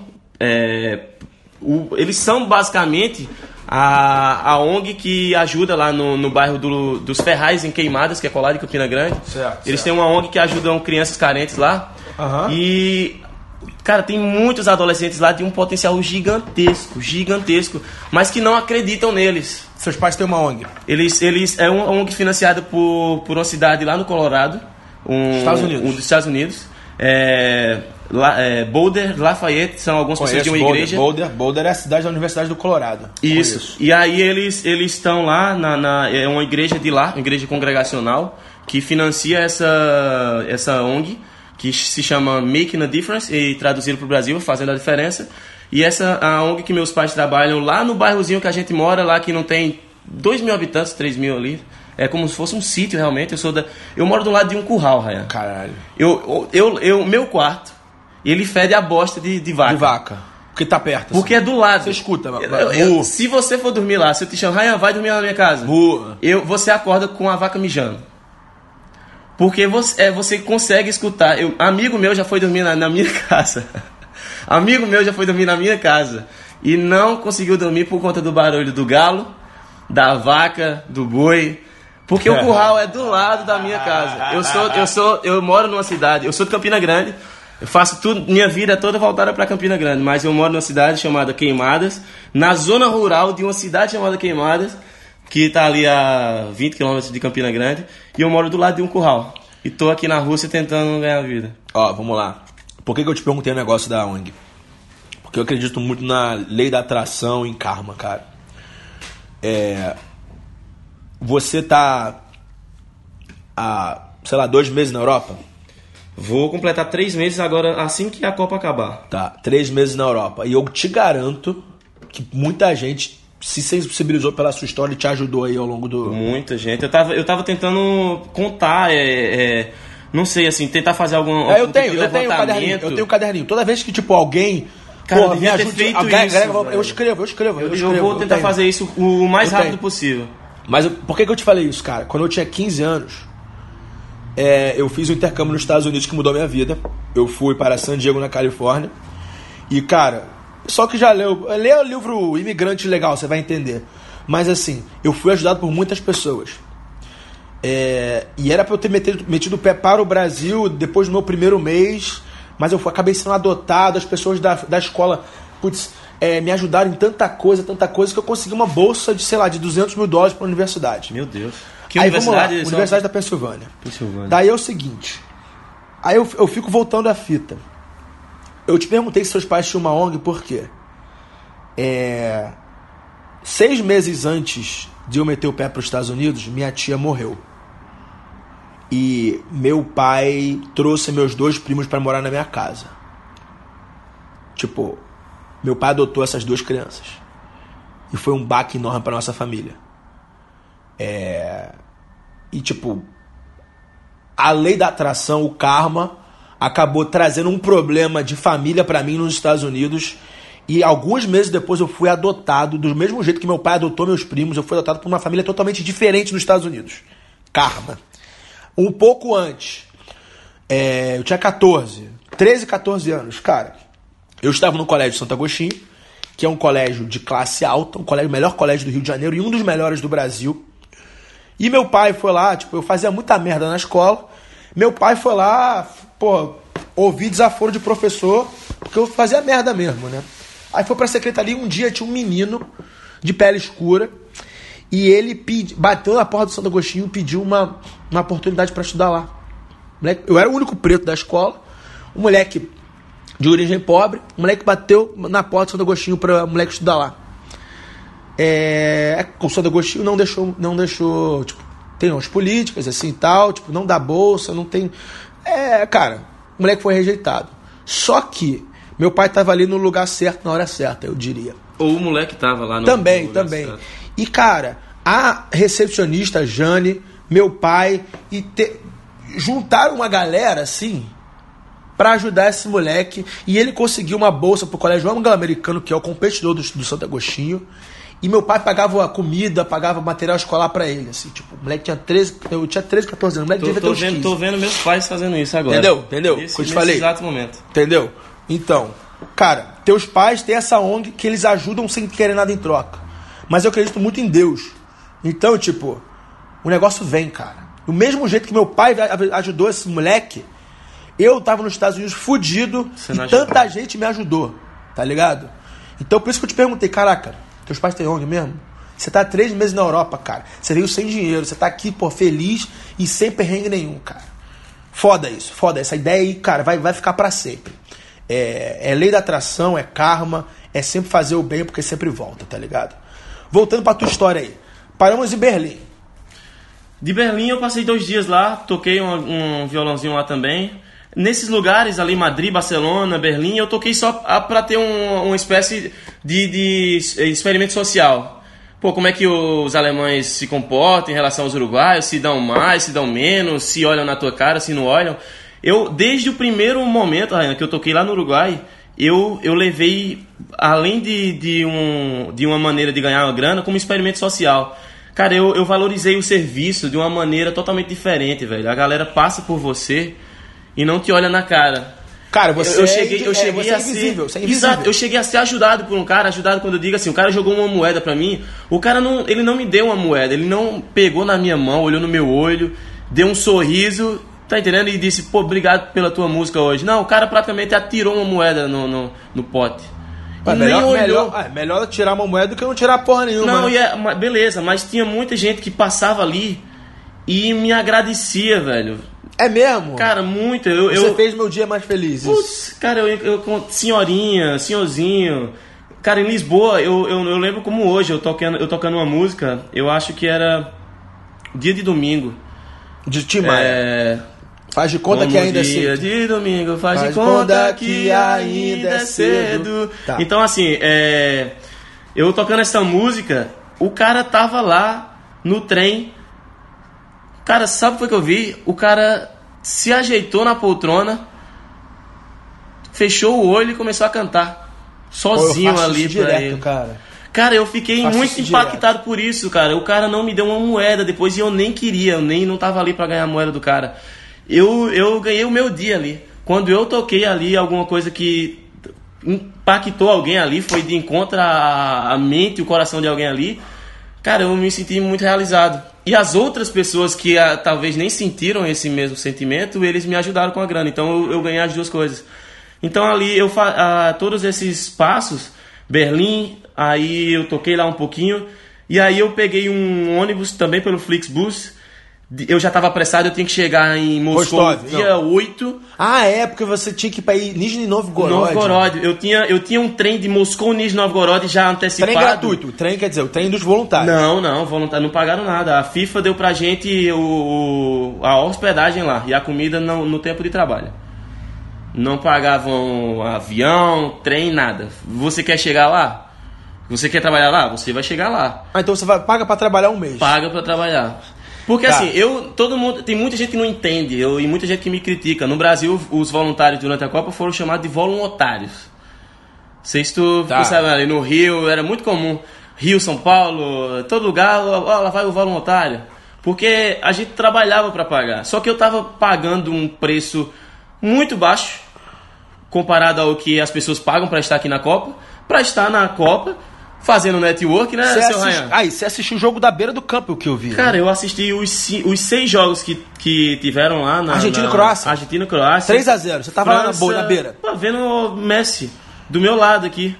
são basicamente a ONG que ajuda lá no bairro dos Ferrais, em Queimadas, que é colado em Campina Grande. Eles têm uma ONG que ajudam crianças carentes lá. E, cara, tem muitos adolescentes lá de um potencial gigantesco, mas que não acreditam neles. Seus pais têm uma ONG? É uma ONG financiada por uma cidade lá no Colorado. Dos Estados Unidos. Boulder, Lafayette, são algumas pessoas de uma igreja. Boulder é a cidade da Universidade do Colorado. Isso. E aí eles estão lá, é uma igreja de lá, uma igreja congregacional, que financia essa ONG, que se chama Making a Difference, e traduzido para o Brasil, Fazendo a Diferença. E a ONG que meus pais trabalham lá no bairrozinho que a gente mora, lá que não tem 2.000 habitantes, 3.000 ali. É como se fosse um sítio, realmente. Eu moro do lado de um curral, Ryan. Caralho. Meu quarto, ele fede a bosta de vaca. De vaca. Porque tá perto. Porque é do lado. Você escuta. Se você for dormir lá, se eu te chamo, Ryan, vai dormir na minha casa. Você acorda com a vaca mijando. Porque você consegue escutar. Amigo meu já foi dormir na minha casa. Amigo meu já foi dormir na minha casa. E não conseguiu dormir por conta do barulho do galo, da vaca, do boi. Porque o curral é do lado da minha casa. Eu moro numa cidade, eu sou de Campina Grande, eu faço tudo, minha vida toda voltada para Campina Grande, mas eu moro numa cidade chamada Queimadas, na zona rural de uma cidade chamada Queimadas, que está ali a 20 km de Campina Grande, e eu moro do lado de um curral. E tô aqui na Rússia tentando ganhar a vida. Vamos lá. Por que eu te perguntei o negócio da ONG? Porque eu acredito muito na lei da atração e em karma, cara. Você tá há, 2 meses na Europa? Vou completar 3 meses agora, assim que a Copa acabar. Tá, 3 meses na Europa. E eu te garanto que muita gente se sensibilizou pela sua história e te ajudou aí ao longo do... Muita gente. Eu tava tentando contar, não sei, assim, tentar fazer algum eu tenho um caderninho. Toda vez que, tipo, alguém... Cara, me ajude, eu escrevo. Eu vou tentar fazer isso o mais rápido possível. Mas por que eu te falei isso, cara? Quando eu tinha 15 anos, eu fiz um intercâmbio nos Estados Unidos que mudou minha vida. Eu fui para San Diego, na Califórnia. E, cara, só que já lê o livro Imigrante Legal, você vai entender. Mas, assim, eu fui ajudado por muitas pessoas. E era pra eu ter metido o pé para o Brasil depois do meu primeiro mês, mas eu acabei sendo adotado. As pessoas da escola, me ajudaram em tanta coisa que eu consegui uma bolsa de, de $200 mil para a universidade. Meu Deus. Que universidade? Universidade da Pensilvânia. Daí é o seguinte, aí eu fico voltando à fita. Eu te perguntei se seus pais tinham uma ONG, por quê? 6 meses antes de eu meter o pé para os Estados Unidos, minha tia morreu. E meu pai trouxe meus 2 primos para morar na minha casa. Tipo, meu pai adotou essas 2 crianças. E foi um baque enorme para nossa família. E tipo, a lei da atração, o karma, acabou trazendo um problema de família para mim nos Estados Unidos. E alguns meses depois eu fui adotado, do mesmo jeito que meu pai adotou meus primos, eu fui adotado por uma família totalmente diferente nos Estados Unidos. Karma. Um pouco antes, eu tinha 13, 14 anos, cara. Eu estava no Colégio Santo Agostinho, que é um colégio de classe alta, o melhor colégio do Rio de Janeiro e um dos melhores do Brasil. E meu pai foi lá, eu fazia muita merda na escola. Meu pai foi lá, ouvir desaforo de professor, porque eu fazia merda mesmo, né? Aí foi pra secretaria, um dia tinha um menino de pele escura, e ele bateu na porta do Santo Agostinho e pediu uma oportunidade para estudar lá. Eu era o único preto da escola, um moleque de origem pobre, um moleque bateu na porta do Santo Agostinho para o moleque estudar lá. O Santo Agostinho não deixou, tem umas políticas assim e tal, não dá bolsa, não tem... Cara, o moleque foi rejeitado. Só que meu pai tava ali no lugar certo, na hora certa, eu diria. Ou o moleque tava lá no Também. Certo. E, cara, a recepcionista Jane, meu pai, juntaram uma galera, assim, pra ajudar esse moleque. E ele conseguiu uma bolsa pro colégio anglo-americano, que é o competidor do Santo Agostinho. E meu pai pagava a comida, pagava material escolar pra ele, assim, tipo, o moleque tinha 13, eu tinha 13, 14 anos, o moleque devia ter uns 15. Tô vendo meus pais fazendo isso agora. Entendeu? Nesse, eu te falei. exato momento. Entendeu? Então, cara, teus pais têm essa ONG que eles ajudam sem querer nada em troca. Mas eu acredito muito em Deus. Então, tipo, o negócio vem, cara. Do mesmo jeito que meu pai ajudou esse moleque, eu tava nos Estados Unidos fudido e tanta gente me ajudou, tá ligado? Então, por isso que eu te perguntei, caraca, teus pais têm ONG mesmo? Você tá 3 meses na Europa, cara. Você veio sem dinheiro. Você tá aqui, pô, feliz e sem perrengue nenhum, cara. Foda isso, foda. Essa ideia aí, cara, vai ficar pra sempre. É lei da atração, é karma. É sempre fazer o bem porque sempre volta, tá ligado? Voltando pra tua história aí. Paramos em Berlim. De Berlim eu passei 2 dias lá. Toquei um violãozinho lá também. Nesses lugares ali, Madrid, Barcelona, Berlim, eu toquei só pra ter uma espécie de experimento social. Pô, como é que os alemães se comportam em relação aos uruguaios, se dão mais, se dão menos, se olham na tua cara, se não olham. Eu, desde o primeiro momento, Ryan, que eu toquei lá no Uruguai, eu levei, além de uma maneira de ganhar uma grana, como experimento social. Cara, eu valorizei o serviço de uma maneira totalmente diferente, velho. A galera passa por você e não te olha na cara. Cara, você cheguei a ser invisível. Exato, eu cheguei a ser ajudado por um cara, ajudado quando eu digo assim, o cara jogou uma moeda pra mim, o cara ele não me deu uma moeda, ele não pegou na minha mão, olhou no meu olho, deu um sorriso, tá entendendo? E disse, pô, obrigado pela tua música hoje. Não, o cara praticamente atirou uma moeda no pote. Melhor tirar uma moeda do que não tirar porra nenhuma. Não, beleza, mas tinha muita gente que passava ali e me agradecia, velho. É mesmo? Cara, muito. Você fez meu dia mais feliz. Putz, cara, senhorinha, senhorzinho. Cara, em Lisboa, eu lembro como hoje, eu tocando uma música, eu acho que era dia de domingo. De Tim Maia. Faz de conta que ainda é cedo. Dia de domingo, faz de conta que ainda é cedo. Tá. Então, assim, eu tocando essa música, o cara tava lá no trem. Cara, sabe o que foi que eu vi? O cara se ajeitou na poltrona, fechou o olho e começou a cantar. Sozinho ali pra ele. Cara, eu fiquei muito impactado por isso, cara. O cara não me deu uma moeda depois e eu nem queria, eu nem não tava ali pra ganhar a moeda do cara. Eu ganhei o meu dia ali. Quando eu toquei ali alguma coisa que impactou alguém ali, foi de encontro à mente e o coração de alguém ali, cara, eu me senti muito realizado. E as outras pessoas que talvez nem sentiram esse mesmo sentimento, eles me ajudaram com a grana. Então eu ganhei as duas coisas. Então ali, todos esses passos, Berlim, aí eu toquei lá um pouquinho. E aí eu peguei um ônibus também pelo Flixbus. Eu já estava apressado, eu tinha que chegar em Moscou dia 8. Ah, porque você tinha que ir para Nizhny Novgorod. Eu tinha um trem de Moscou, Nizhny Novgorod já antecipado. Trem gratuito, o trem quer dizer, o trem dos voluntários. Não, voluntários não pagaram nada. A FIFA deu pra gente a hospedagem lá e a comida no tempo de trabalho. Não pagavam avião, trem, nada. Você quer chegar lá? Você quer trabalhar lá? Você vai chegar lá. Então você paga pra trabalhar um mês. Paga pra trabalhar. Porque assim, todo mundo, tem muita gente que não entende, e muita gente que me critica. No Brasil, os voluntários durante a Copa foram chamados de voluntários. Não sei se tu sabe, ali no Rio era muito comum. Rio, São Paulo, todo lugar, lá vai o voluntário. Porque a gente trabalhava para pagar. Só que eu tava pagando um preço muito baixo comparado ao que as pessoas pagam para estar aqui na Copa. Para estar na Copa, fazendo network, né, seu Ryan? Você assistiu o jogo da beira do campo, o que eu vi. Cara, eu assisti os 6 jogos que tiveram lá na Argentina e Croácia. 3-0, você tava lá na beira. Vendo o Messi do meu lado aqui.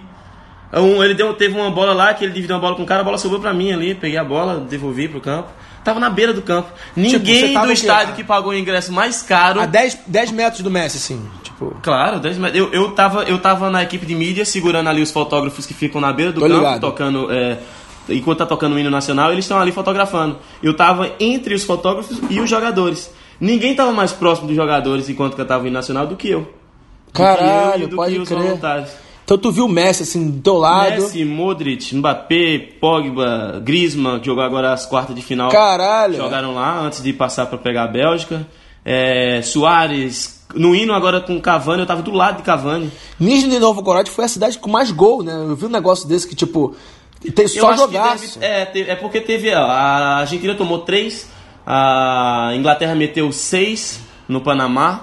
Teve uma bola lá que ele dividiu uma bola com o cara, a bola sobrou pra mim ali, peguei a bola, devolvi pro campo. Tava na beira do campo. Ninguém do estádio que pagou o ingresso mais caro. A 10 metros do Messi, assim. Tipo... Claro, 10 metros. Eu tava na equipe de mídia, segurando ali os fotógrafos que ficam na beira do campo, tocando. Enquanto tá tocando o hino nacional, eles estão ali fotografando. Eu tava entre os fotógrafos e os jogadores. Ninguém tava mais próximo dos jogadores enquanto cantava o hino nacional do que eu. Caralho, pode crer. Voluntários. Então tu viu o Messi assim do teu lado? Messi, Modric, Mbappé, Pogba, Griezmann, que jogou agora as quartas de final. Caralho! Jogaram lá antes de passar para pegar a Bélgica. Soares. No hino agora com Cavani, eu tava do lado de Cavani. Nizhny Novgorod foi a cidade com mais gol, né? Eu vi um negócio desse que, tipo, tem só jogaço. É porque teve... A Argentina tomou 3, a Inglaterra meteu 6 no Panamá.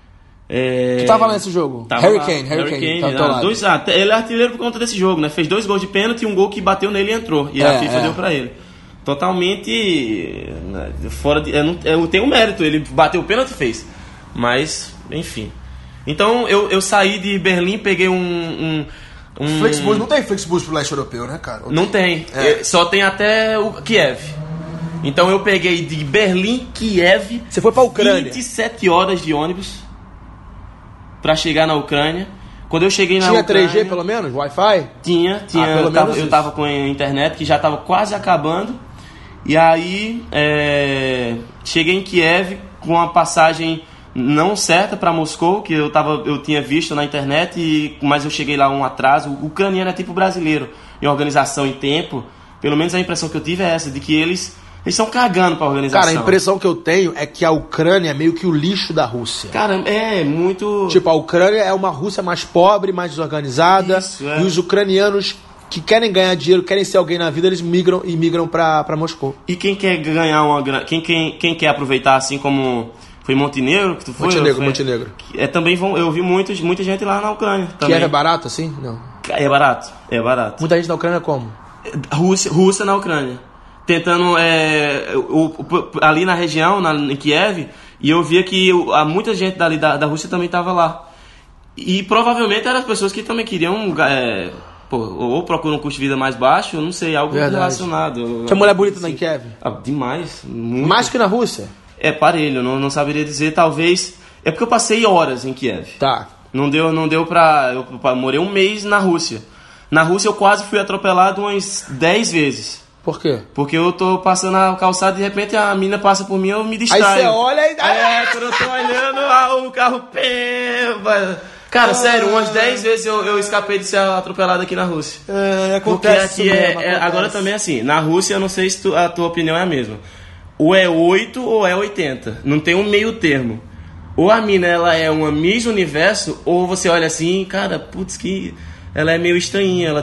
Tu tava lá nesse jogo? Harry Kane. Ele é artilheiro por conta desse jogo, né? Fez 2 gols de pênalti e um gol que bateu nele e entrou. E a FIFA deu pra ele. Totalmente fora de... Tem um mérito, ele bateu o pênalti e fez. Mas, enfim. Então, eu saí de Berlim, peguei um Flixbus, não tem Flixbus pro leste europeu, né, cara? Não tem. Só tem até o Kiev. Então, eu peguei de Berlim, Kiev... Você foi pra Ucrânia? 27 horas de ônibus pra chegar na Ucrânia. Quando eu cheguei na Ucrânia... Tinha 3G, pelo menos? Wi-Fi? Tinha. Eu tava com a internet, que já tava quase acabando. E aí, cheguei em Kiev com uma passagem não certa para Moscou, que eu tinha visto na internet, mas eu cheguei lá um atraso. O ucraniano é tipo brasileiro, em organização e tempo. Pelo menos a impressão que eu tive é essa, de que eles estão cagando pra organização. Cara, a impressão que eu tenho é que a Ucrânia é meio que o lixo da Rússia. Cara, é muito... Tipo, a Ucrânia é uma Rússia mais pobre, mais desorganizada. Isso, e os ucranianos que querem ganhar dinheiro, querem ser alguém na vida, eles migram pra Moscou. E quem quer ganhar uma grana... Quem quer aproveitar, assim como... Foi Montenegro que tu foi? Montenegro. Também eu vi muita gente lá na Ucrânia. Também. Que é barato, assim? Não. É barato. Muita gente na Ucrânia como? Rússia na Ucrânia. Tentando... ali na região, em Kiev, e eu via que muita gente dali da Rússia também estava lá. E provavelmente eram as pessoas que também queriam... ou procuram um custo de vida mais baixo, eu não sei, algo relacionado. Tinha mulher bonita em Kiev? Demais. Muito. Mais que na Rússia? É parelho, não saberia dizer, talvez... É porque eu passei horas em Kiev. Tá. Não deu pra... Eu morei um mês na Rússia. Na Rússia eu quase fui atropelado umas 10 vezes. Por quê? Porque eu tô passando a calçada e de repente a mina passa por mim e eu me distraio. Aí você olha e... Quando eu tô olhando, o carro... Cara, sério, umas 10 vezes eu escapei de ser atropelado aqui na Rússia. Acontece. Porque aqui agora também assim, na Rússia eu não sei se a tua opinião é a mesma. Ou é 8 ou é 80. Não tem um meio termo. Ou a mina, ela é uma Miss Universo, ou você olha assim, cara, putz, que... Ela é meio estranhinha, ela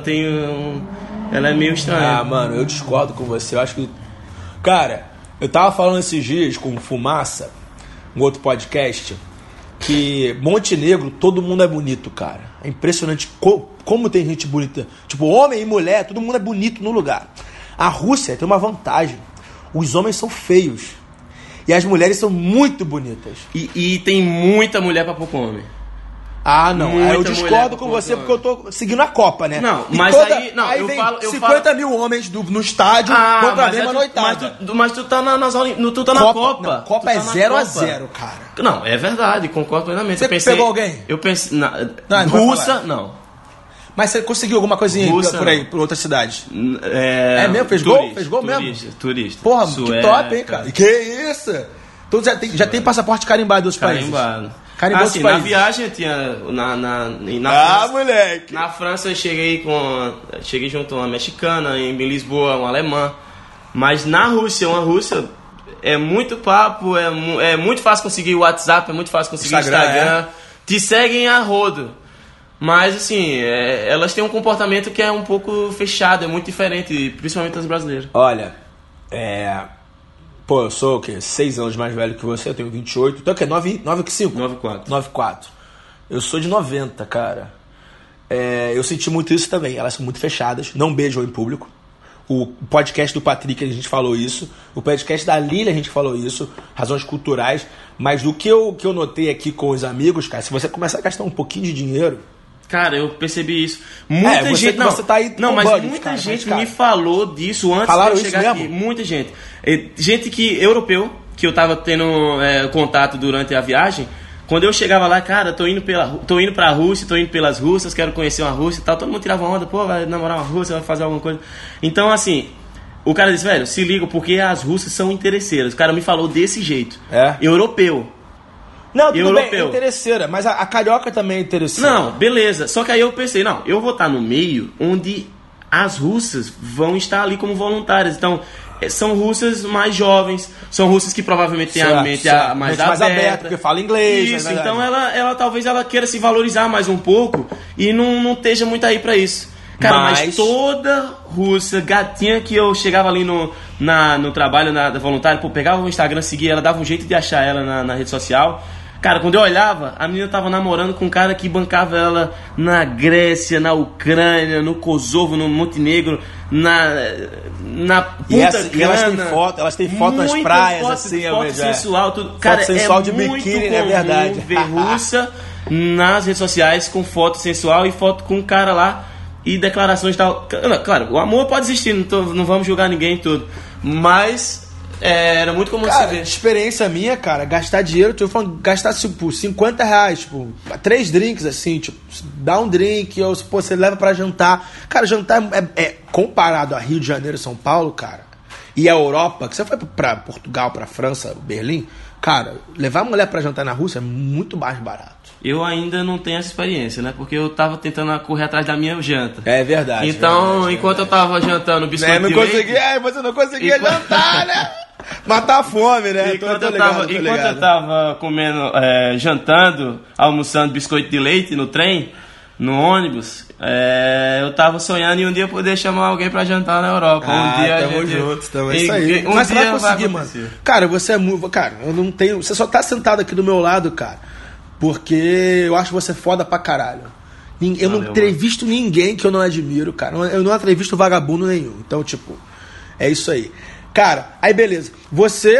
é meio estranha. Ah, mano, eu discordo com você. Eu acho que... Cara, eu tava falando esses dias com Fumaça, um outro podcast, que Montenegro, todo mundo é bonito, cara. É impressionante como tem gente bonita. Tipo, homem e mulher, todo mundo é bonito no lugar. A Rússia tem uma vantagem. Os homens são feios. E as mulheres são muito bonitas. E tem muita mulher pra pouco homem. Ah, não. Eu discordo com você porque eu tô seguindo a Copa, né? Não, mas aí... Não, aí vem 50 mil homens no estádio contra a mesma noitada. Mas tu tá tu tá na Copa. Não, Copa é 0-0, cara. Não, é verdade, concordo plenamente. Você pegou alguém? Eu pensei... Russa, não. Mas você conseguiu alguma coisinha por aí, por outra cidade? É mesmo? Fez gol? Fez gol mesmo? Turista. Porra, que top, hein, cara? Que isso? Então já tem passapaporte carimbado dos países. Assim, na viagem eu tinha... França, moleque! Na França eu cheguei junto a uma mexicana, em Lisboa, uma alemã. Mas na Rússia, uma russa... É muito papo, é muito fácil conseguir o WhatsApp, é muito fácil conseguir o Instagram. Te seguem a rodo. Mas, assim, elas têm um comportamento que é um pouco fechado, é muito diferente, principalmente das brasileiras. Olha, Pô, eu sou o quê? 6 anos mais velho que você, eu tenho 28. Então o quê? 9 que 5? 9,4. Eu sou de 90, cara. Eu senti muito isso também. Elas são muito fechadas, não beijam em público. O podcast do Patrick a gente falou isso. O podcast da Lili a gente falou isso. Razões culturais. Mas do que eu notei aqui com os amigos, cara, se você começar a gastar um pouquinho de dinheiro... Cara, eu percebi isso. Muita gente... Você tá aí não, mas budget, muita cara, gente me falou disso antes Falaram de eu chegar isso aqui. mesmo? Muita gente. Gente europeu, que eu tava tendo contato durante a viagem. Quando eu chegava lá, cara, tô indo pra Rússia, tô indo pelas russas, quero conhecer uma Rússia e tal. Todo mundo tirava onda, pô, vai namorar uma russa, vai fazer alguma coisa. Então, assim, o cara disse, velho, se liga, porque as russas são interesseiras. O cara me falou desse jeito. Europeu. Não, tudo bem, é interesseira, mas a carioca também é interesseira. Não, beleza. Só que aí eu pensei, eu vou estar no meio onde as russas vão estar ali como voluntárias. Então, são russas mais jovens, são russas que provavelmente têm a mente mais aberta, porque fala inglês. Isso, então ela talvez ela queira se valorizar mais um pouco e não esteja muito aí pra isso. Cara, mas toda russa, gatinha que eu chegava ali no trabalho da voluntária, pô, pegava o Instagram, seguia ela, dava um jeito de achar ela na rede social. Cara, quando eu olhava, a menina tava namorando com um cara que bancava ela na Grécia, na Ucrânia, no Kosovo, no Montenegro, na Punta Cana. Elas têm foto nas praias, foto, assim, foto sensual, tudo. Cara, sensual é de muito biquíni, comum é verdade. ver russa nas redes sociais com foto sensual e foto com um cara lá e declarações e tal. Claro, o amor pode existir, não vamos julgar ninguém e tudo, mas era muito comum você ver. Experiência minha, cara, gastar dinheiro, eu tô falando, gastar tipo R$50, tipo, 3 drinks, assim, tipo, dá um drink, ou pô, você leva pra jantar. Cara, jantar comparado a Rio de Janeiro e São Paulo, cara, e a Europa, que você foi pra Portugal, pra França, Berlim, cara, levar a mulher pra jantar na Rússia é muito mais barato. Eu ainda não tenho essa experiência, né? Porque eu tava tentando correr atrás da minha janta. É verdade. Então, enquanto eu tava jantando biscoito de leite... Você não conseguia jantar, né? Matar a fome, né? Enquanto eu tava comendo, jantando, almoçando biscoito de leite no trem, no ônibus, eu tava sonhando em um dia poder chamar alguém pra jantar na Europa. Um dia tamo juntos, é isso aí. Mas você vai conseguir, mano. Cara, você é muito... Cara, eu não tenho... Você só tá sentado aqui do meu lado, cara, porque eu acho você foda pra caralho. Eu não entrevisto ninguém que eu não admiro, cara. Eu não entrevisto vagabundo nenhum. Então, tipo, é isso aí. Cara, aí beleza. Você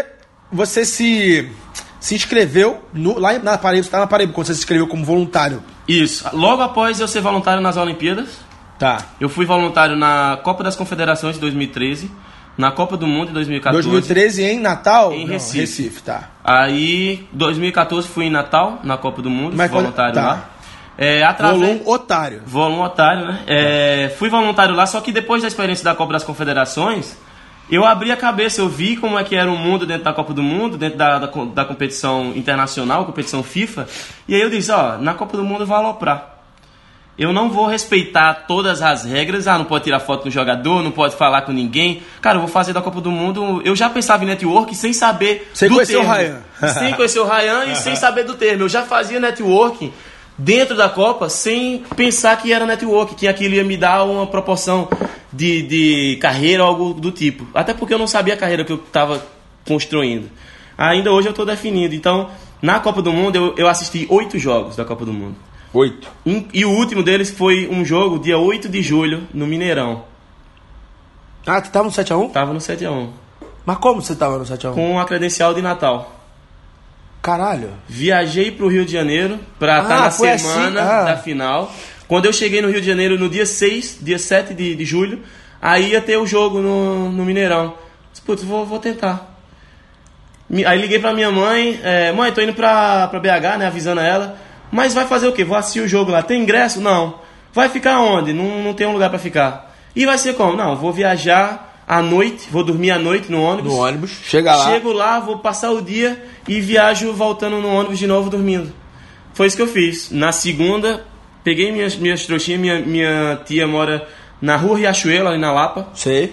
se inscreveu lá na Paraíba, você tá na Paraíba quando você se inscreveu como voluntário. Isso. Logo após eu ser voluntário nas Olimpíadas, eu fui voluntário na Copa das Confederações de 2013, na Copa do Mundo de 2014. 2013 em Natal? Em Recife. Recife, tá. Aí, 2014 fui em Natal, na Copa do Mundo, fui voluntário lá. Voluntário, né? Fui voluntário lá, só que depois da experiência da Copa das Confederações, eu abri a cabeça, eu vi como é que era o mundo dentro da Copa do Mundo, dentro da competição internacional, competição FIFA, e aí eu disse, na Copa do Mundo eu vou aloprar. Eu não vou respeitar todas as regras, não pode tirar foto com o jogador, não pode falar com ninguém. Cara, eu vou fazer da Copa do Mundo, eu já pensava em network sem saber do termo. Sem conhecer o Ryan. Sem conhecer o Ryan e sem saber do termo. Eu já fazia network dentro da Copa sem pensar que era network, que aquilo ia me dar uma proporção de carreira ou algo do tipo. Até porque eu não sabia a carreira que eu estava construindo. Ainda hoje eu estou definindo. Então, na Copa do Mundo, eu assisti 8 jogos da Copa do Mundo. 8. E o último deles foi um jogo, dia 8 de julho, no Mineirão. Ah, tu tava no 7x1? Tava no 7x1. Mas como você tava no 7x1? Com a credencial de Natal. Caralho. Viajei pro Rio de Janeiro pra estar na semana da final. Quando eu cheguei no Rio de Janeiro no dia 6, dia 7 de julho, aí ia ter o jogo no Mineirão. Disse, putz, vou tentar. Aí liguei pra minha mãe, mãe, tô indo pra BH, né, avisando ela. Mas vai fazer o quê? Vou assistir o jogo lá. Tem ingresso? Não. Vai ficar onde? Não tem um lugar pra ficar. E vai ser como? Não, vou viajar à noite, vou dormir à noite no ônibus. No ônibus, chega lá. Chego lá, vou passar o dia e viajo voltando no ônibus de novo dormindo. Foi isso que eu fiz. Na segunda, peguei minhas trouxinhas, minha tia mora na Rua Riachuelo, ali na Lapa. Sei.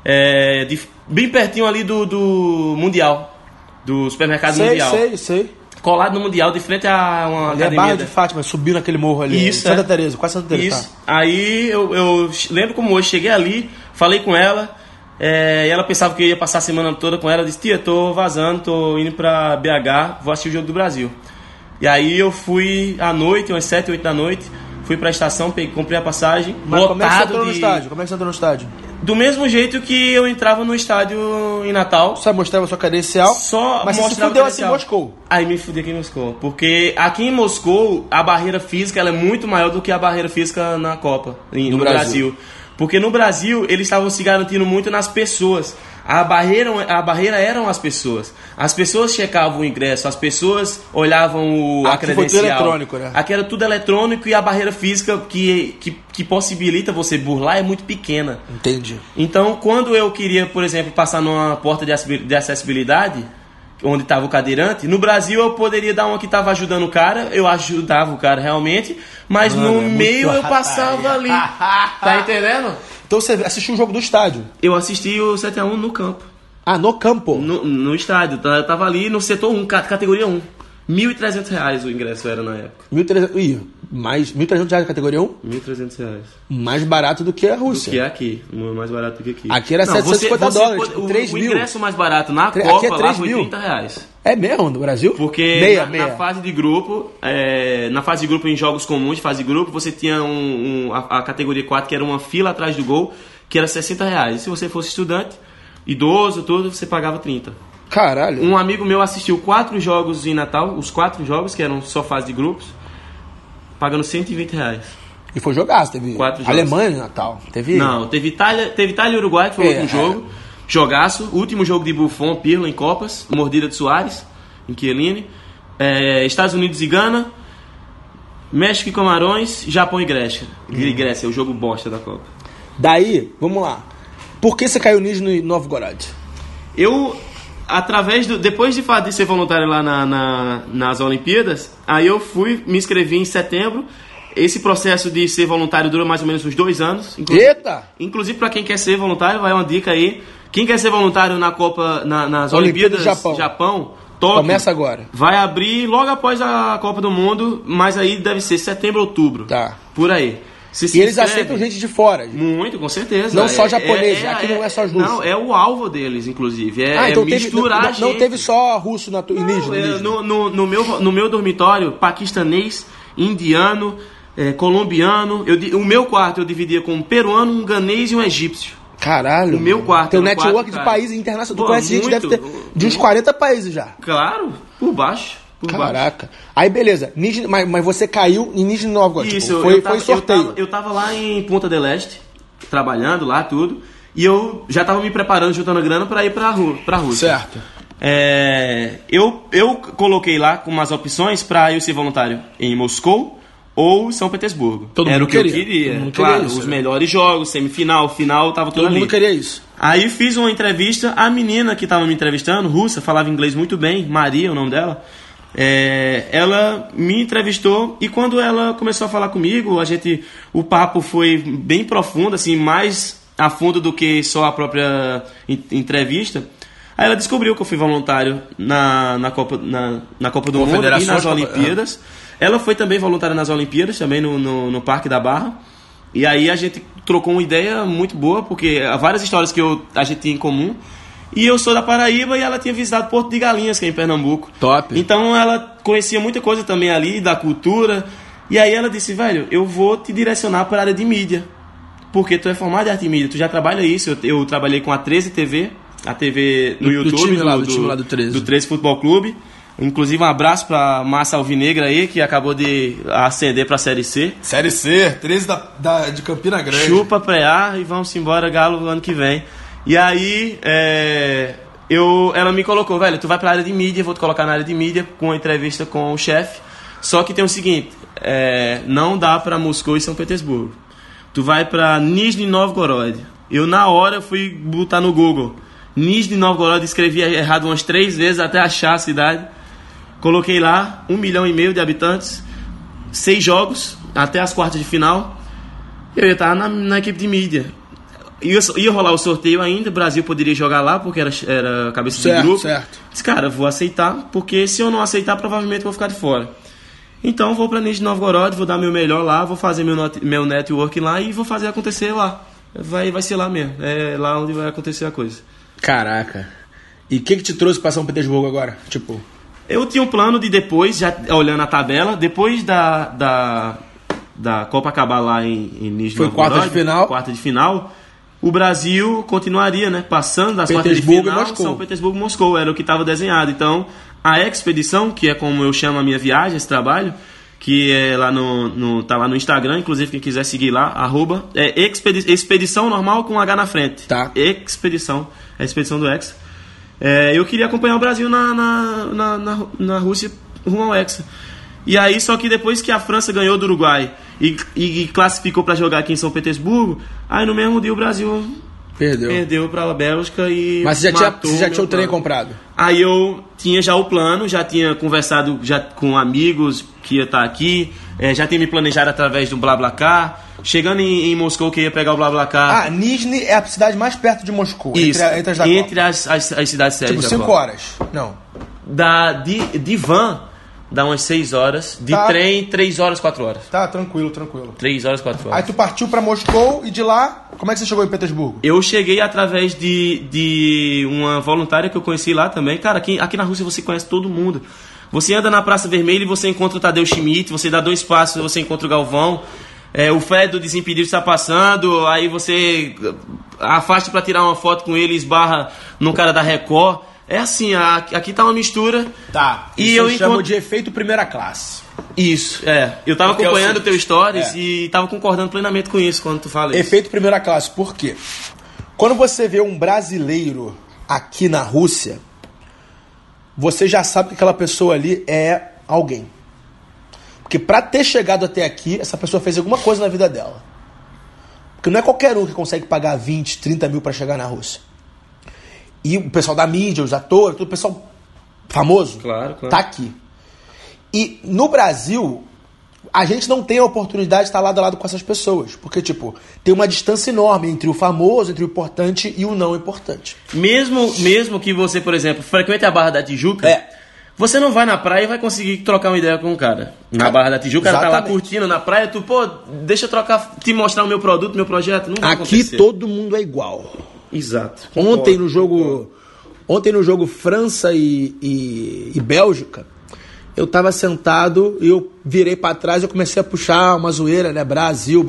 Bem pertinho ali do Mundial, do supermercado Mundial. Sei. Colado no Mundial, de frente a uma academia. Barra de Fátima, subindo aquele morro ali. Isso, Santa Teresa, quase Santa Teresa. Isso. Tá. Aí eu lembro como hoje, cheguei ali, falei com ela, e ela pensava que eu ia passar a semana toda com ela. Disse, tia, tô vazando, tô indo pra BH, vou assistir o Jogo do Brasil. E aí eu fui à noite, umas 7, 8 da noite, fui pra estação, comprei a passagem. Mas como é que você entrou no estádio? Como é que você entrou no estádio? Do mesmo jeito que eu entrava no estádio em Natal. Só mostrava sua credencial? Só mas você se fudeu assim em Moscou? Aí me fudei aqui em Moscou. Porque aqui em Moscou, a barreira física ela é muito maior do que a barreira física na Copa, no Brasil. Porque no Brasil, eles estavam se garantindo muito nas pessoas. A barreira eram as pessoas. As pessoas checavam o ingresso, as pessoas olhavam a credencial. Foi tudo eletrônico, né? Aqui era tudo eletrônico e a barreira física que possibilita você burlar é muito pequena. Entendi. Então, quando eu queria, por exemplo, passar numa porta de acessibilidade, onde estava o cadeirante. No Brasil eu poderia dar uma que estava ajudando o cara, eu ajudava o cara realmente, mas no meio eu passava ali. Tá entendendo? Então você assistiu o jogo do estádio? Eu assisti o 7-1 no campo. Ah, no campo? No estádio. Eu tava ali no setor 1, categoria 1. R$1.300 o ingresso era na época. 1.300, mais R$1.300 na categoria 1? R$1.300. Mais barato do que a Rússia. Do que aqui. Mais barato do que aqui. Aqui era $750, tipo, 3 mil. O ingresso mais barato na Copa é lá foi R$30. É mesmo, no Brasil? Porque na fase de grupo, em jogos comuns de fase de grupo, você tinha a categoria 4, que era uma fila atrás do gol, que era R$60. E se você fosse estudante, idoso, tudo, você pagava 30. Caralho. Um amigo meu assistiu 4 jogos em Natal, os 4 jogos, que eram só fase de grupos, pagando R$120. E foi jogaço, teve Alemanha em Natal. Não, teve Itália e Uruguai, que foi o último jogo. Jogaço. Último jogo de Buffon, Pirlo em Copas. Mordida de Soares, em Chiellini. Estados Unidos e Gana. México e Camarões. Japão e Grécia. Grécia, o jogo bosta da Copa. Daí, vamos lá. Por que você caiu Nizhny Novgorod? Depois de ser voluntário lá nas Olimpíadas, aí eu me inscrevi em setembro. Esse processo de ser voluntário dura mais ou menos uns 2 anos. Eita! Inclusive, para quem quer ser voluntário, vai uma dica aí. Quem quer ser voluntário na Copa, nas Olimpíadas Japão, Tóquio, começa agora. Vai abrir logo após a Copa do Mundo, mas aí deve ser setembro, outubro. Tá. Por aí. E eles aceitam gente de fora? Muito, com certeza. Não só japonês, aqui não é só russo. Não, é o alvo deles, inclusive. Então misturar gente. Não teve só russo em Nizhny? No meu dormitório, paquistanês, indiano, colombiano. O meu quarto eu dividia com um peruano, um ganês e um egípcio. Caralho. O meu quarto. Tem um network de países internacionais. Tu conhece gente, deve ter de uns 40 países já. Claro, por baixo. Caraca. Aí beleza, mas você caiu em Nizhny Novgorod. Isso, foi sorteio. Eu tava lá em Punta del Este, trabalhando lá, tudo. E eu já tava me preparando, juntando grana pra ir pra Rússia. Certo. Eu coloquei lá com umas opções pra eu ser voluntário em Moscou ou São Petersburgo. Era o que eu queria. Claro, isso, os melhores jogos, semifinal, final, tava tudo ali. Todo mundo queria isso. Aí fiz uma entrevista, a menina que tava me entrevistando, russa, falava inglês muito bem, Maria, o nome dela. Ela me entrevistou e quando ela começou a falar comigo, o papo foi bem profundo, assim, mais a fundo do que só a própria entrevista. Aí ela descobriu que eu fui voluntário na Copa do Mundo e nas Olimpíadas. Ela foi também voluntária nas Olimpíadas, também no Parque da Barra. E aí a gente trocou uma ideia muito boa, porque há várias histórias que a gente tinha em comum. E eu sou da Paraíba e ela tinha visitado Porto de Galinhas, que é em Pernambuco. Top. Então ela conhecia muita coisa também ali, da cultura. E aí ela disse, velho, eu vou te direcionar para a área de mídia. Porque tu é formado em arte e mídia, tu já trabalha isso. Eu trabalhei com a 13 TV, a TV no YouTube. Do time lá do 13. Do 13 Futebol Clube. Inclusive um abraço pra Massa Alvinegra aí, que acabou de ascender pra Série C. Série C, 13 de Campina Grande. Chupa pré-ar e vamos embora, Galo, ano que vem. E aí, ela me colocou, velho, tu vai pra área de mídia, vou te colocar na área de mídia com uma entrevista com o chefe. Só que tem o seguinte, não dá pra Moscou e São Petersburgo. Tu vai pra Nizhny Novgorod. Eu na hora fui botar no Google Nizhny Novgorod, escrevi errado umas 3 vezes até achar a cidade. Coloquei lá 1,5 milhão de habitantes, 6 jogos, até as quartas de final. Eu ia estar na equipe de mídia. Ia rolar o sorteio ainda, o Brasil poderia jogar lá, porque era cabeça de grupo. Certo. Disse, cara, vou aceitar, porque se eu não aceitar, provavelmente vou ficar de fora. Então vou pra Nizhny Novgorod, vou dar meu melhor lá, vou fazer meu network lá e vou fazer acontecer lá. Vai ser lá mesmo, é lá onde vai acontecer a coisa. Caraca. E o que te trouxe pra São Petersburgo agora? Tipo... Eu tinha um plano de depois, já olhando a tabela, depois da Copa acabar lá em Nizhny Novgorod, quarta de final, o Brasil continuaria, né, passando das quartas de final, São Petersburgo e Moscou, era o que estava desenhado. Então, a expedição, que é como eu chamo a minha viagem, esse trabalho, que é lá tá lá no Instagram, inclusive quem quiser seguir lá, expedição normal com H na frente. Tá. Expedição, a expedição do Hexa. Eu queria acompanhar o Brasil na Rússia rumo ao Hexa. E aí, só que depois que a França ganhou do Uruguai e classificou para jogar aqui em São Petersburgo, aí no mesmo dia o Brasil perdeu para a Bélgica e mas você já tinha o trem comprado? Aí eu tinha já o plano, já tinha conversado já com amigos que ia estar aqui, já tinha me planejado através do BlaBlaCar. Chegando em Moscou, que ia pegar o BlaBlaCar. Nizhny é a cidade mais perto de Moscou. Isso, entre as cidades sérias. Tipo, 5 horas. Não. De van, dá umas 6 horas. De trem, 3 horas, 4 horas. Tá, tranquilo. 3 horas, 4 horas. Aí tu partiu pra Moscou e de lá, como é que você chegou em Petersburgo? Eu cheguei através de uma voluntária que eu conheci lá também. Cara, aqui na Rússia você conhece todo mundo. Você anda na Praça Vermelha e você encontra o Tadeu Schmidt, você dá 2 passos e você encontra o Galvão. O Fred do Desimpedido está passando, aí você afasta pra tirar uma foto com ele e esbarra no cara da Record. É assim, aqui tá uma mistura. Tá, e eu chamo de efeito primeira classe. Isso, eu tava acompanhando o teu stories e tava concordando plenamente com isso quando tu fala isso. Efeito primeira classe, por quê? Quando você vê um brasileiro aqui na Rússia, você já sabe que aquela pessoa ali é alguém. Porque pra ter chegado até aqui, essa pessoa fez alguma coisa na vida dela. Porque não é qualquer um que consegue pagar 20, 30 mil pra chegar na Rússia. E o pessoal da mídia, os atores, todo o pessoal famoso, claro. Tá aqui. E no Brasil, a gente não tem a oportunidade de estar lado a lado com essas pessoas. Porque, tipo, tem uma distância enorme entre o famoso, entre o importante e o não importante. Mesmo que você, por exemplo, frequente a Barra da Tijuca... Você não vai na praia e vai conseguir trocar uma ideia com um cara. Na Barra da Tijuca, o cara tá lá curtindo na praia, tu, deixa eu te mostrar o meu produto, meu projeto. Não vai acontecer. Aqui todo mundo é igual. Exato. Ontem no jogo França e Bélgica, eu tava sentado e eu virei pra trás e eu comecei a puxar uma zoeira, né? Brasil,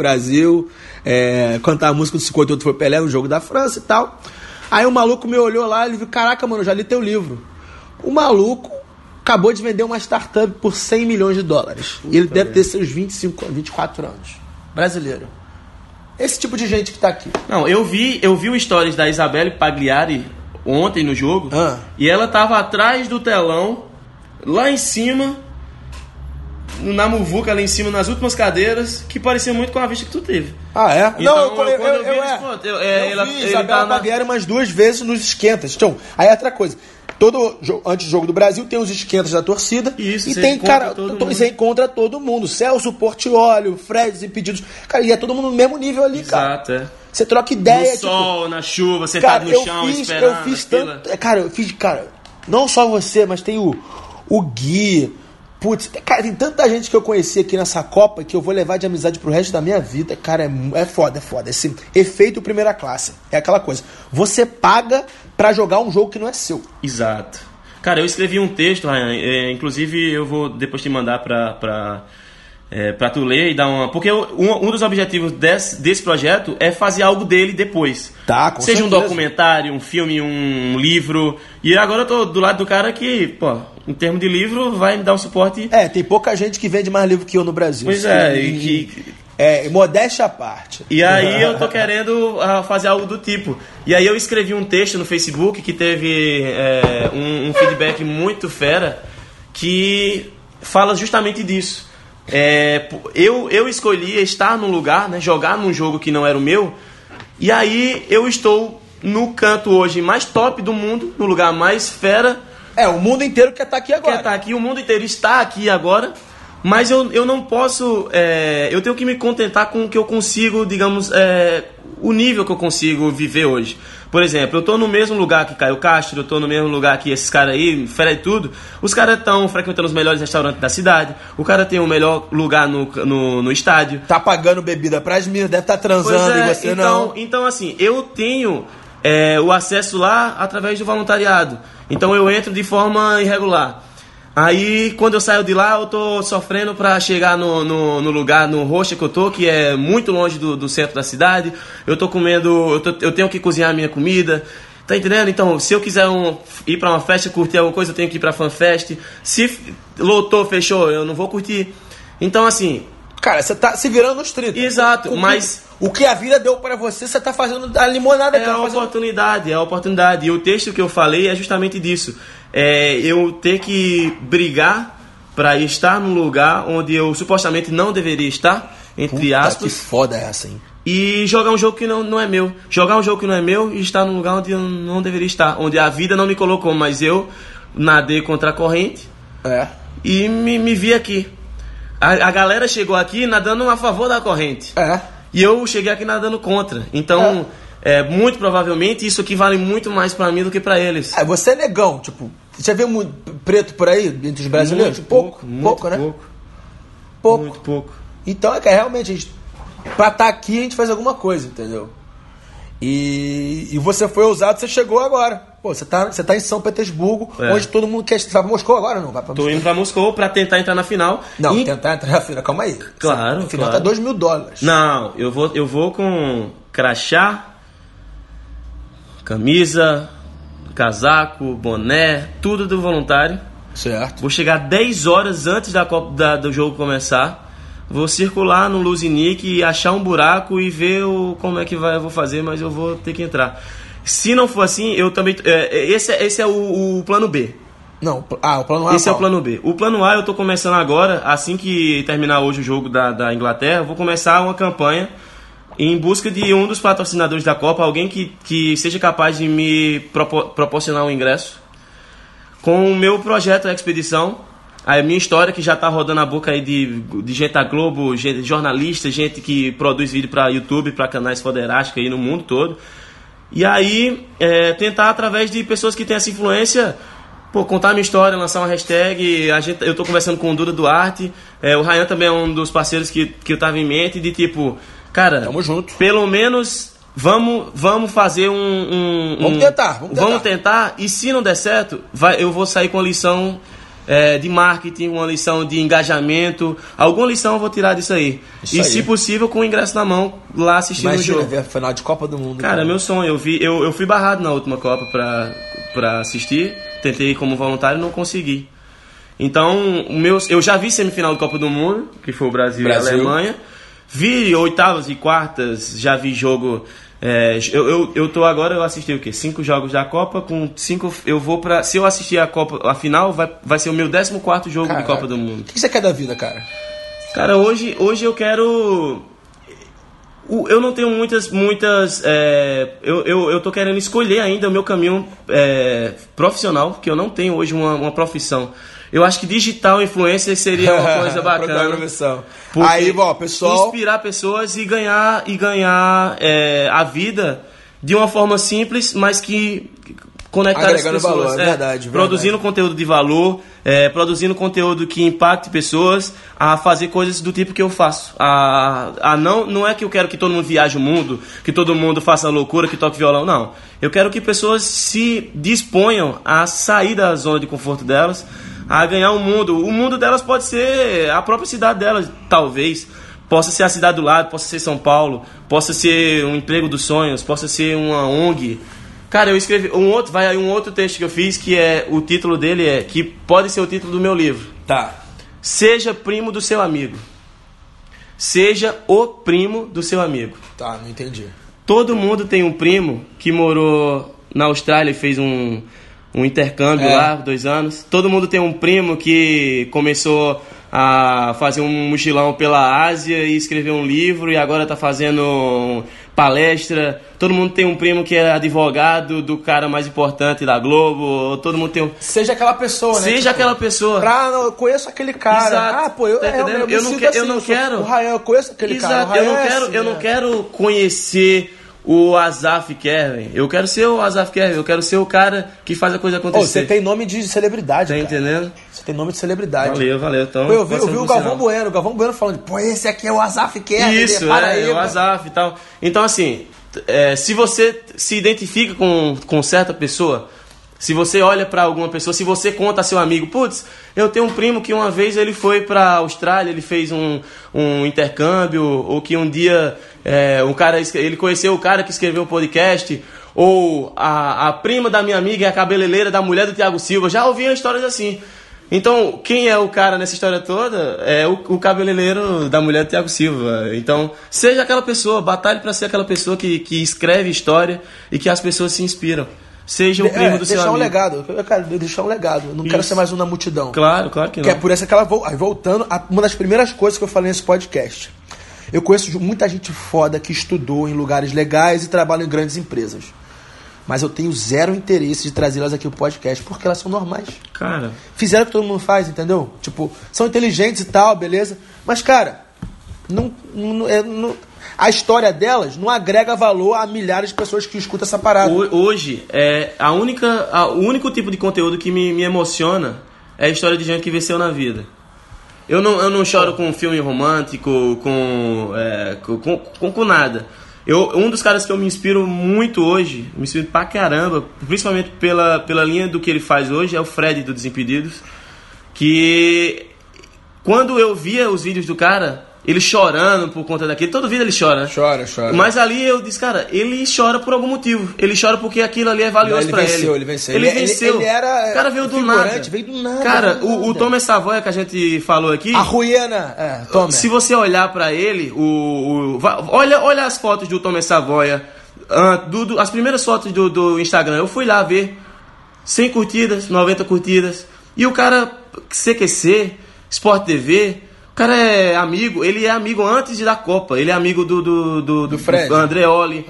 cantar a música do 58 foi Pelé, no jogo da França e tal. Aí o maluco me olhou lá e ele viu, caraca, mano, eu já li teu livro. O maluco acabou de vender uma startup por 100 milhões de dólares. E ele deve ter seus 24 anos. Brasileiro. Esse tipo de gente que tá aqui. Não, eu vi o stories da Isabelle Pagliari ontem no jogo. E ela tava atrás do telão, lá em cima, na muvuca, lá em cima, nas últimas cadeiras, que parecia muito com a vista que tu teve. Então, eu vi Isabelle Pagliari umas 2 vezes nos esquentas. Então, aí é outra coisa. Antes do jogo do Brasil tem os esquentas da torcida. Isso, e tem, cara, você encontra todo mundo. Celso Portiolli, Fred Desimpedidos. Cara, e é todo mundo no mesmo nível ali, cara. Exato, Você troca ideia. No sol, na chuva, sentado no chão, esperando. Eu fiz tanto. Cara, não só você, mas tem o Gui. Putz, cara, tem tanta gente que eu conheci aqui nessa Copa que eu vou levar de amizade pro resto da minha vida. Cara, é foda. Esse efeito primeira classe. É aquela coisa. Você paga pra jogar um jogo que não é seu. Exato. Cara, eu escrevi um texto, Ryan, inclusive eu vou depois te mandar pra tu ler e dar uma... Porque um dos objetivos desse projeto é fazer algo dele depois. Tá, com Seja certeza. Um documentário, um filme, um livro. E agora eu tô do lado do cara que, em termos de livro, vai me dar um suporte. Tem pouca gente que vende mais livro que eu no Brasil. Pois modéstia à parte. E aí eu tô querendo fazer algo do tipo. E aí eu escrevi um texto no Facebook que teve um feedback muito fera, que fala justamente disso. Eu escolhi estar num lugar, né, jogar num jogo que não era o meu, e aí eu estou no canto hoje mais top do mundo, no lugar mais fera. O mundo inteiro quer estar aqui agora. Quer estar aqui, o mundo inteiro está aqui agora, mas eu não posso... eu tenho que me contentar com o que eu consigo, digamos, o nível que eu consigo viver hoje. Por exemplo, eu tô no mesmo lugar que Caio Castro, eu tô no mesmo lugar que esses caras aí, fera e tudo. Os caras estão frequentando os melhores restaurantes da cidade. O cara tem o melhor lugar no estádio. Tá pagando bebida pras minas, deve estar transando e você não. Então, assim, eu tenho o acesso lá através do voluntariado. Então eu entro de forma irregular. Aí, quando eu saio de lá, eu tô sofrendo pra chegar no lugar, no hostel que eu tô, que é muito longe do centro da cidade. Eu tô comendo, eu tenho que cozinhar a minha comida. Tá entendendo? Então, se eu quiser ir pra uma festa, curtir alguma coisa, eu tenho que ir pra FanFest. Se lotou, fechou, eu não vou curtir. Então, assim... Cara, você tá se virando nos 30. Exato, mas... O que a vida deu pra você tá fazendo a limonada. É a oportunidade. E o texto que eu falei é justamente disso. Eu ter que brigar pra estar num lugar onde eu supostamente não deveria estar, entre aspas. Que foda é essa, hein? e jogar um jogo que não é meu. Jogar um jogo que não é meu e estar num lugar onde eu não deveria estar. Onde a vida não me colocou, mas eu nadei contra a corrente e me vi aqui. A galera chegou aqui nadando a favor da corrente. E eu cheguei aqui nadando contra. Então, muito provavelmente, isso aqui vale muito mais pra mim do que pra eles. Você é negão, tipo... Você vê muito preto por aí, entre os brasileiros? Muito pouco, né? Pouco. Muito pouco. Então é que realmente, pra estar aqui, a gente faz alguma coisa, entendeu? E você foi ousado, você chegou agora. Pô, você tá em São Petersburgo, onde todo mundo quer... Você vai pra Moscou agora ou não? Tô indo pra Moscou pra tentar entrar na final. Não, tentar entrar na final, calma aí. Claro, A final tá $2.000. Não, eu vou com crachá, camisa... casaco, boné, tudo do voluntário. Certo. Vou chegar 10 horas antes do jogo começar. Vou circular no Luzinic e achar um buraco e ver como é que eu vou fazer, mas eu vou ter que entrar. Se não for assim, eu também... Esse é o plano B. Não, o plano A. Esse é o plano B. O plano A eu tô começando agora, assim que terminar hoje o jogo da Inglaterra, eu vou começar uma campanha em busca de um dos patrocinadores da Copa, alguém que seja capaz de me proporcionar um ingresso. Com o meu projeto A Expedição, a minha história que já está rodando a boca aí de gente da Globo, jornalista, gente que produz vídeo para YouTube, para canais foderásticos aí no mundo todo. E aí, tentar através de pessoas que têm essa influência, contar a minha história, lançar uma hashtag. Eu tô conversando com o Duda Duarte, o Ryan também é um dos parceiros que eu tava em mente, de tipo... Cara, tamo junto. Pelo menos vamos fazer Vamos tentar. E se não der certo, eu vou sair com uma lição de marketing, uma lição de engajamento. Alguma lição eu vou tirar disso aí. Se possível, com o ingresso na mão, lá assistindo o jogo. Ver a final de Copa do Mundo. Cara, meu sonho. Eu fui barrado na última Copa pra assistir. Tentei como voluntário e não consegui. Então, eu já vi semifinal de Copa do Mundo, que foi o Brasil e a Alemanha. Vi oitavas e quartas, já vi jogo. Eu assisti o quê? 5 jogos da Copa, com 5. Eu vou pra. Se eu assistir a final, vai ser o meu 14º jogo de Copa do Mundo. O que você quer da vida, cara? Cara, hoje eu quero. Eu não tenho muitas. Eu tô querendo escolher ainda o meu caminho profissional, porque eu não tenho hoje uma profissão. Eu acho que digital influencer seria uma coisa bacana. Aí, pessoal, inspirar pessoas e ganhar a vida de uma forma simples, mas que conectar as pessoas. Valor, verdade. Produzindo conteúdo de valor, produzindo conteúdo que impacte pessoas a fazer coisas do tipo que eu faço. Não é que eu quero que todo mundo viaje o mundo, que todo mundo faça loucura, que toque violão, não. Eu quero que pessoas se disponham a sair da zona de conforto delas, a ganhar o mundo. O mundo delas pode ser a própria cidade delas, talvez. Possa ser a cidade do lado, possa ser São Paulo, possa ser um emprego dos sonhos, possa ser uma ONG. Cara, eu escrevi um outro texto que eu fiz, que o título dele que pode ser o título do meu livro. Tá. Seja primo do seu amigo. Seja o primo do seu amigo. Tá, não entendi. Todo mundo tem um primo que morou na Austrália e fez um intercâmbio lá, 2 anos. Todo mundo tem um primo que começou a fazer um mochilão pela Ásia e escreveu um livro e agora tá fazendo palestra. Todo mundo tem um primo que é advogado do cara mais importante da Globo. Todo mundo tem Seja aquela pessoa, né? Seja aquela pessoa. Eu conheço aquele cara. Exato. Eu não quero. O Ryan, eu conheço aquele cara. Eu não quero conhecer o Asaf Kervin. Eu quero ser o Asaf Kervin. Eu quero ser o cara que faz a coisa acontecer. Você tem nome de celebridade, tá entendendo? Você tem nome de celebridade. Valeu. Então, eu vi o Galvão Bueno falando, esse aqui é o Asaf Kervin. Isso, é o Asaf e tal. Então, assim, se você se identifica com certa pessoa, se você olha pra alguma pessoa, se você conta a seu amigo, putz, eu tenho um primo que uma vez ele foi pra Austrália, ele fez um intercâmbio, ou que um dia ele conheceu o cara que escreveu um podcast, ou a prima da minha amiga é a cabeleireira da mulher do Thiago Silva. Já ouvi histórias assim. Então, quem é o cara nessa história toda? É o cabeleireiro da mulher do Thiago Silva. Então, seja aquela pessoa, batalhe pra ser aquela pessoa que escreve história e que as pessoas se inspiram. Seja o primo do seu amigo. Eu quero deixar um legado. Eu não quero ser mais um na multidão. Claro que não. Que é por isso que ela... Aí, voltando, uma das primeiras coisas que eu falei nesse podcast. Eu conheço muita gente foda que estudou em lugares legais e trabalha em grandes empresas. Mas eu tenho zero interesse de trazê-las aqui pro podcast, porque elas são normais. Cara... Fizeram o que todo mundo faz, entendeu? Tipo, são inteligentes e tal, beleza? Mas, cara, a história delas não agrega valor a milhares de pessoas que escutam essa parada. Hoje, o único tipo de conteúdo que me emociona é a história de gente que venceu na vida. Eu não choro com filme romântico, com nada. Um dos caras que eu me inspiro muito hoje, me inspiro pra caramba, principalmente pela linha do que ele faz hoje, é o Fred do Desimpedidos. Que quando eu via os vídeos do cara, ele chorando por conta daquilo, todo vídeo ele chora, né? Chora. Mas ali eu disse, cara, ele chora por algum motivo. Ele chora porque aquilo ali é valioso pra ele. Ele venceu. Ele era... O cara veio do nada. Cara, o Thomas Savoia que a gente falou aqui... A Ruiana, Thomas. Se você olhar pra ele, olha as fotos do Thomas Savoia, as primeiras fotos do Instagram. Eu fui lá ver 100 curtidas, 90 curtidas. E o cara, CQC, Sport TV... O cara é amigo, ele é amigo antes da Copa. Ele é amigo do Fred, do Andreoli,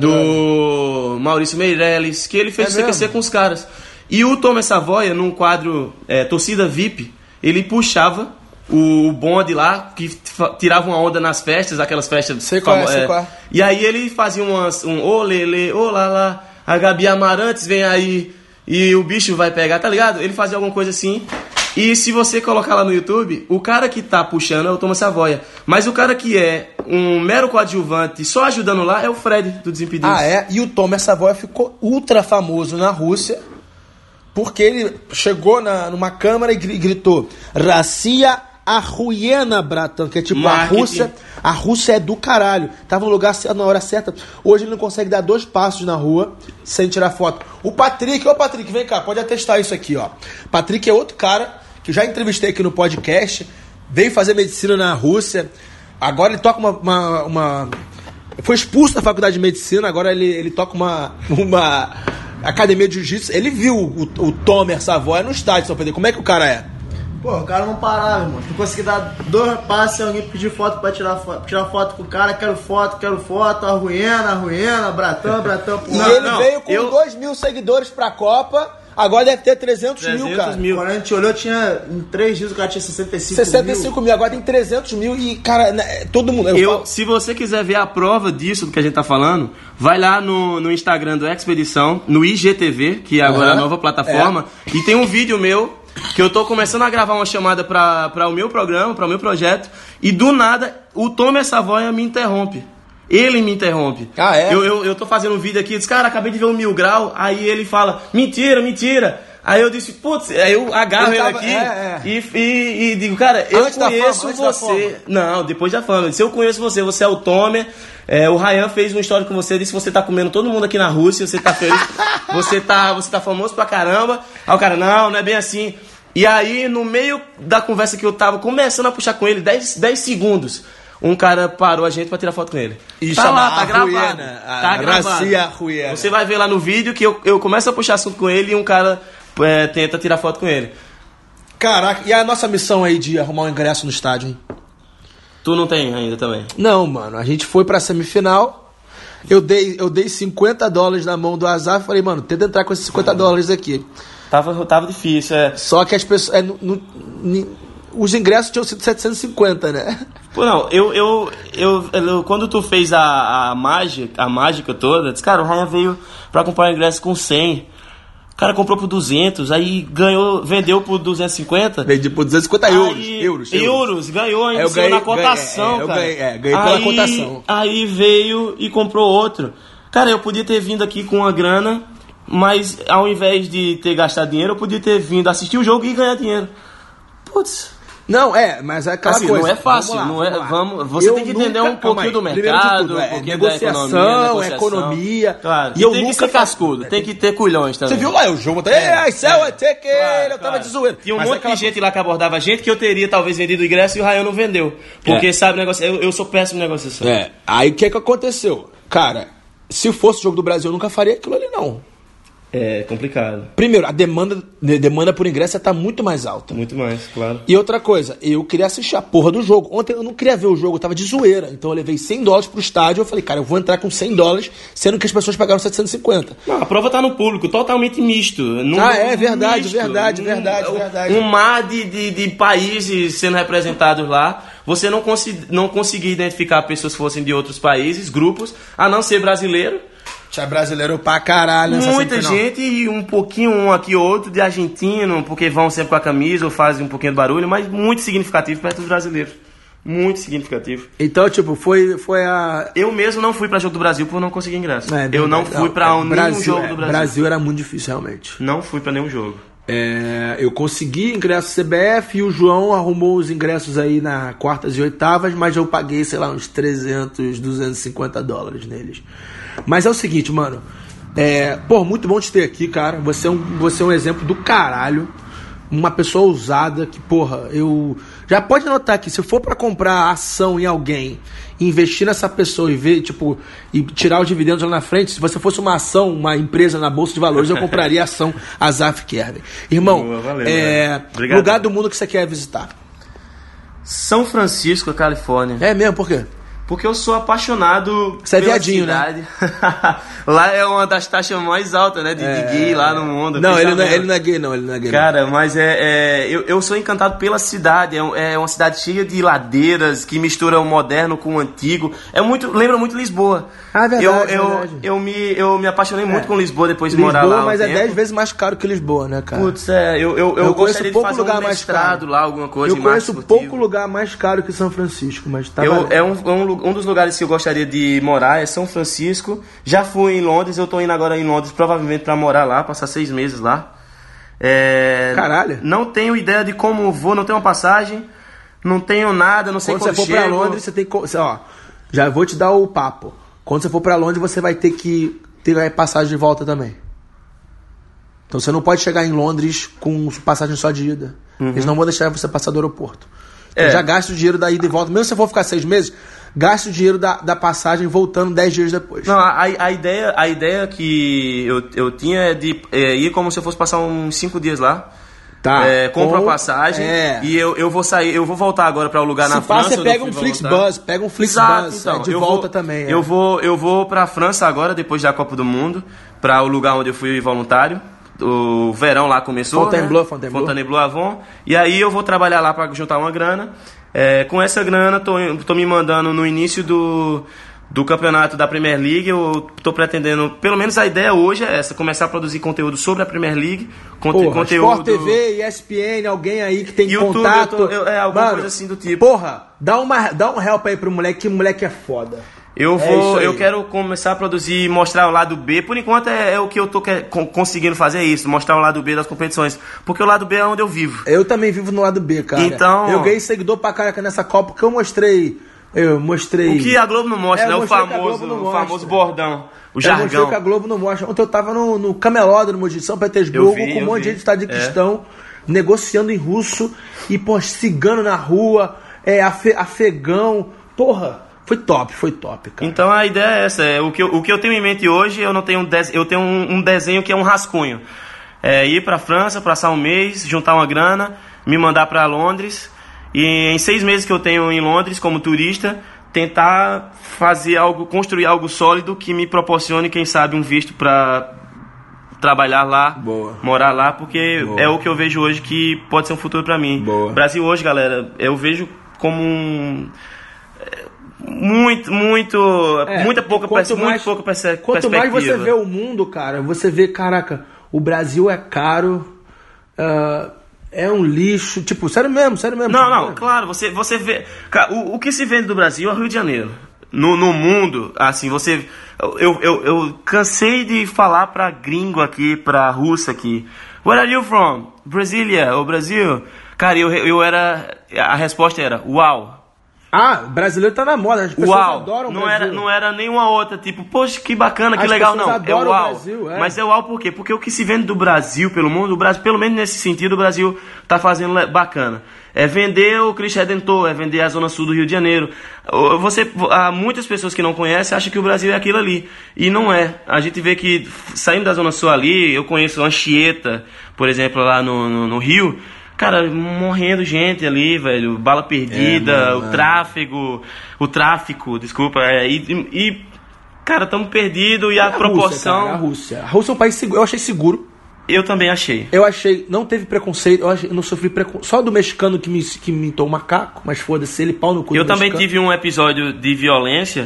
do Maurício Meirelles, que ele fez o CQC com os caras. E o Thomas Savoia, num quadro Torcida VIP, ele puxava o bonde lá, que tirava uma onda nas festas, aquelas festas famosas. E aí ele fazia um olê, olá, a Gabi Amarantes vem aí e o bicho vai pegar, tá ligado? Ele fazia alguma coisa assim. E se você colocar lá no YouTube, o cara que tá puxando é o Thomas Savoia. Mas o cara que é um mero coadjuvante só ajudando lá é o Fred do Desimpedidos. E o Thomas Savoia ficou ultra famoso na Rússia porque ele chegou numa câmera e gritou Россия охуенно, bratão, que é tipo a Rússia é do caralho. Tava no lugar certo, na hora certa. Hoje ele não consegue dar 2 passos na rua sem tirar foto. O Patrick, vem cá, pode atestar isso aqui, ó. Patrick é outro cara que eu já entrevistei aqui no podcast, veio fazer medicina na Rússia, agora ele toca uma foi expulso da faculdade de medicina, agora ele toca uma academia de jiu-jitsu. Ele viu o Thomas Savoia no estádio, São Pedro. Como é que o cara é? Pô, o cara não parava, irmão. Tu conseguia dar 2 passos e alguém pedir foto pra tirar foto com o cara. Quero foto, arruena, bratão. E ele veio com 2 mil seguidores pra Copa. Agora deve ter 300 mil, cara. Quando a gente olhou, em 3 dias o cara tinha 65 mil. Agora tem 300 mil e, cara, todo mundo... Se você quiser ver a prova disso, do que a gente tá falando, vai lá no Instagram do Expedição, no IGTV, que agora é a nova plataforma, e tem um vídeo meu que eu tô começando a gravar uma chamada pra o meu programa, pra o meu projeto, e do nada o Thomas Savoia me interrompe. Ele me interrompe. Eu tô fazendo um vídeo aqui, eu disse, cara, acabei de ver o 1000 Grau, aí ele fala, mentira. Aí eu disse, putz, aí eu agarro ele aqui e digo, cara, eu conheço você. Não, depois da fama. Eu disse, eu conheço você é o Tomer. O Ryan fez uma história com você, disse que você tá comendo todo mundo aqui na Rússia, você tá feliz, você tá famoso pra caramba. Aí o cara, não é bem assim. E aí, no meio da conversa que eu tava começando a puxar com ele, 10 segundos, um cara parou a gente pra tirar foto com ele. E tá lá, tá gravado. Tá gravado. Você vai ver lá no vídeo que eu começo a puxar assunto com ele e um cara tenta tirar foto com ele. Caraca, e a nossa missão aí de arrumar um ingresso no estádio, hein? Tu não tem ainda também? Não, mano. A gente foi pra semifinal. Eu dei $50 na mão do Azar e falei, mano, tenta entrar com esses $50 aqui. Tava difícil, Só que as pessoas... os ingressos tinham sido 750, né? Pô, não, eu quando tu fez a mágica toda, disse, cara, o Ryan veio pra comprar o ingresso com 100. O cara comprou por 200, aí vendeu por 250. Vendi por 250 euros. Ganhou ainda na cotação, cara. Ganhei pela cotação. Aí veio e comprou outro. Cara, eu podia ter vindo aqui com uma grana, mas ao invés de ter gastado dinheiro, eu podia ter vindo assistir o jogo e ganhar dinheiro. Putz... Não, mas é aquela coisa. Não é fácil, você tem que entender um pouquinho do mercado, um pouquinho negociação, economia. Claro. E tem que ser cascudo, tem que ter culhões também. Você viu lá o jogo? Eu tava de zoeira. Tinha um monte de gente lá que abordava a gente que eu teria talvez vendido o ingresso e o Ryan não vendeu. Porque sabe negociar, eu sou péssimo em negociação. Aí o que aconteceu? Cara, se fosse o jogo do Brasil, eu nunca faria aquilo ali, não. É complicado. Primeiro, a demanda por ingresso tá muito mais alta. Muito mais, claro. E outra coisa, eu queria assistir a porra do jogo. Ontem eu não queria ver o jogo, eu tava de zoeira. Então eu levei $100 pro estádio. Eu falei, cara, eu vou entrar com $100, sendo que as pessoas pagaram 750. Não, a prova tá no público, totalmente misto. Verdade. Um mar de países sendo representados lá. Você não conseguia identificar pessoas que fossem de outros países, grupos, a não ser brasileiro. Tinha brasileiro pra caralho nessa Muita semifinal. gente e um pouquinho, um aqui ou outro, de argentino, porque vão sempre com a camisa ou fazem um pouquinho de barulho, mas muito significativo perto dos brasileiros. Muito significativo. Então, tipo, foi a... Eu mesmo não fui pra jogo do Brasil por não conseguir ingresso. Eu não fui pra nenhum jogo do Brasil. Brasil era muito difícil, realmente. Não fui pra nenhum jogo. Eu consegui ingresso CBF e o João arrumou os ingressos aí na quartas e oitavas, mas eu paguei, sei lá, uns $250 neles. Mas é o seguinte, mano. Muito bom te ter aqui, cara. Você é um exemplo do caralho. Uma pessoa ousada que, porra, eu... Já pode notar que se eu for pra comprar ação em alguém, investir nessa pessoa e ver, tipo, e tirar os dividendos lá na frente, se você fosse uma ação, uma empresa na Bolsa de Valores, eu compraria a ação Azaf Kerber. Irmão, boa, valeu, lugar do mundo que você quer visitar? São Francisco, Califórnia. É mesmo? Por quê? Porque eu sou apaixonado. Você é viadinho, cidade. Né? Lá é uma das taxas mais altas, né? De gay lá no mundo. Não, ele não é gay, não. Cara, mas eu sou encantado pela cidade. É uma cidade cheia de ladeiras que mistura o moderno com o antigo. Lembra muito Lisboa. Ah, verdade. Eu me apaixonei muito com Lisboa depois de morar lá. Mas é 10 vezes mais caro que Lisboa, né, cara? Putz, eu gostaria de fazer um mestrado lá, alguma coisa. Eu conheço pouco lugar mais caro que São Francisco, mas tá um dos lugares que eu gostaria de morar é São Francisco. Já fui em Londres, eu tô indo agora em Londres provavelmente pra morar lá, passar 6 meses lá. Caralho. Não tenho ideia de como vou, não tenho uma passagem, não tenho nada, não sei quando você for pra Londres, você tem que... Ó, já vou te dar o papo. Quando você for pra Londres, você vai ter que ter passagem de volta também. Então você não pode chegar em Londres com passagem só de ida. Eles não vão deixar você passar do aeroporto. Então já gasta o dinheiro da ida e volta. Mesmo se você for ficar 6 meses, gasta o dinheiro da passagem voltando 10 dias depois. Não, a ideia que eu tinha é de ir como se eu fosse passar uns 5 dias lá. Tá. Compro a passagem e eu vou sair, eu vou voltar agora para o lugar na França. Você pega um Flixbus, então, de volta também. Eu vou para a França agora, depois da Copa do Mundo, para o lugar onde eu fui voluntário. O verão lá começou, Fontainebleau, Avon. E aí eu vou trabalhar lá para juntar uma grana. Com essa grana, tô me mandando no início do campeonato da Premier League. Eu tô pretendendo, pelo menos a ideia hoje é essa, começar a produzir conteúdo sobre a Premier League. Conteúdo Sport TV, ESPN, alguém aí que tem YouTube, contato. Alguma coisa assim do tipo. Porra, dá um help aí pro moleque, que moleque é foda. Eu quero começar a produzir e mostrar o lado B. Por enquanto é o que eu tô conseguindo fazer, é isso, mostrar o lado B das competições. Porque o lado B é onde eu vivo. Eu também vivo no lado B, cara. Então, eu ganhei seguidor pra caraca nessa Copa, porque eu mostrei. O que a Globo não mostra, né? O famoso bordão, o jargão. Eu mostrei que a Globo não mostra. Ontem eu tava no Camelódromo de São Petersburgo, com um monte de gente de Tadiquistão, negociando em russo, e, pô, cigano na rua, afegão. Porra. Foi top, cara. Então a ideia é essa. O que eu tenho em mente hoje, eu tenho um desenho que é um rascunho. Ir pra França, passar um mês, juntar uma grana, me mandar pra Londres. E em 6 meses que eu tenho em Londres como turista, tentar construir algo sólido que me proporcione, quem sabe, um visto pra trabalhar lá, morar lá, porque é o que eu vejo hoje que pode ser um futuro pra mim. Brasil hoje, galera, eu vejo como muita pouca perspectiva. Quanto mais você vê o mundo, cara, você vê, caraca, o Brasil é caro, é um lixo, tipo, sério mesmo. Não, claro, você vê, cara, o que se vende do Brasil é o Rio de Janeiro. No mundo, assim, eu cansei de falar pra gringo aqui, pra russo aqui. Where are you from? Brasília, ou Brasil? Cara, a resposta era, uau. Ah, o brasileiro tá na moda, as pessoas adoram o Brasil. Não era nenhuma outra, tipo, poxa, que bacana, que As legal, pessoas não. É adoram o uau. Brasil, é. Mas é uau por quê? Porque o que se vende do Brasil pelo mundo, o Brasil, pelo menos nesse sentido, o Brasil tá fazendo bacana. É vender o Cristo Redentor, é vender a Zona Sul do Rio de Janeiro. Há muitas pessoas que não conhecem acham que o Brasil é aquilo ali. E não é. A gente vê que, saindo da Zona Sul ali, eu conheço Anchieta, por exemplo, lá no Rio. Cara, morrendo gente ali, velho. Bala perdida, o tráfico, desculpa. Cara, estamos perdidos e a proporção... A Rússia é um país seguro. Eu achei seguro. Eu também achei. Eu achei, não teve preconceito, eu não sofri preconceito. Só do mexicano que me imitou o macaco, mas foda-se, ele pau no cu do Eu também mexicano. tive um episódio de violência,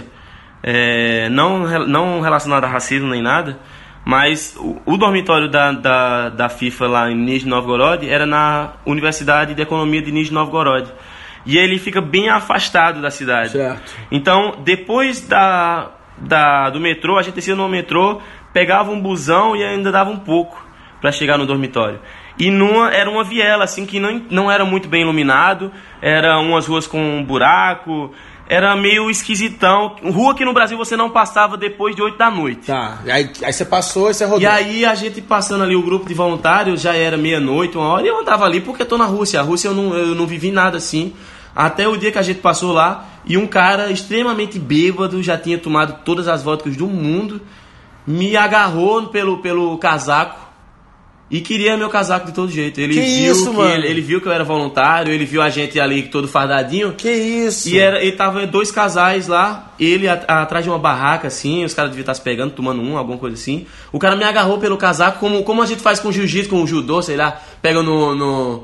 não relacionado a racismo nem nada, mas o dormitório da FIFA lá em Nizhny Novgorod era na Universidade de Economia de Nizhny Novgorod. E ele fica bem afastado da cidade. Certo. Então, depois do metrô, a gente descia no metrô, pegava um busão e ainda dava um pouco para chegar no dormitório. E era uma viela assim que não era muito bem iluminado, era umas ruas com um buraco, era meio esquisitão. Rua que no Brasil você não passava depois de 8 da noite. Tá, aí você passou e você rodou. E aí a gente passando ali, o grupo de voluntários, já era meia-noite, 1 hora, e eu andava ali porque eu tô na Rússia. A Rússia eu não vivi nada assim. Até o dia que a gente passou lá, e um cara extremamente bêbado, já tinha tomado todas as vodkas do mundo, me agarrou pelo casaco e queria meu casaco de todo jeito. Ele viu que eu era voluntário, ele viu a gente ali todo fardadinho. Que isso? E ele tava 2 casais lá, ele atrás de uma barraca assim, os caras deviam estar se pegando, tomando alguma coisa assim. O cara me agarrou pelo casaco, como a gente faz com jiu-jitsu, com o judô, sei lá, pega no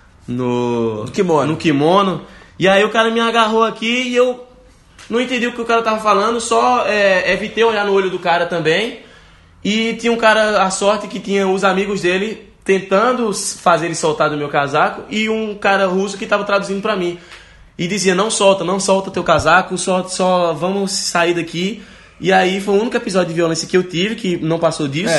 kimono. E aí o cara me agarrou aqui e eu não entendi o que o cara tava falando, só evitei olhar no olho do cara também. E tinha um cara, a sorte, que tinha os amigos dele tentando fazer ele soltar do meu casaco, e um cara russo que tava traduzindo pra mim. E dizia, não solta teu casaco, só vamos sair daqui. E aí foi o único episódio de violência que eu tive, que não passou disso.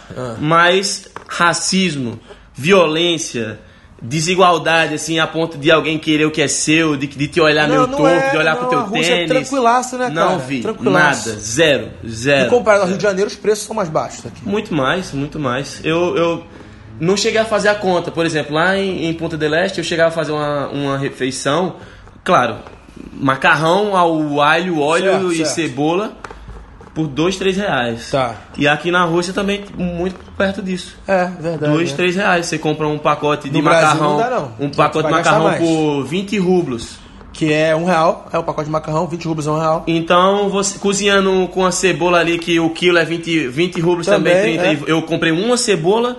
Mas racismo, violência, desigualdade, assim, a ponto de alguém querer o que é seu, de te olhar meio torto, de olhar pro teu tênis. É tranquilaço, né, cara? Não vi, nada, zero. E comparado ao Rio de Janeiro, os preços são mais baixos aqui. Muito mais. Eu não cheguei a fazer a conta. Por exemplo, lá em Punta del Este, eu chegava a fazer uma refeição, claro, macarrão ao alho, óleo e cebola, por R$2-3. Tá. E aqui na Rússia também, muito perto disso. É, verdade. R$2-3. Você compra um pacote de no macarrão. Brasil não dá, não. Um pacote de macarrão por 20 rublos. Que é R$1. É o pacote de macarrão, 20 rublos é R$1. Então, você cozinhando com a cebola ali, que o quilo é 20 rublos também 30. Eu comprei uma cebola,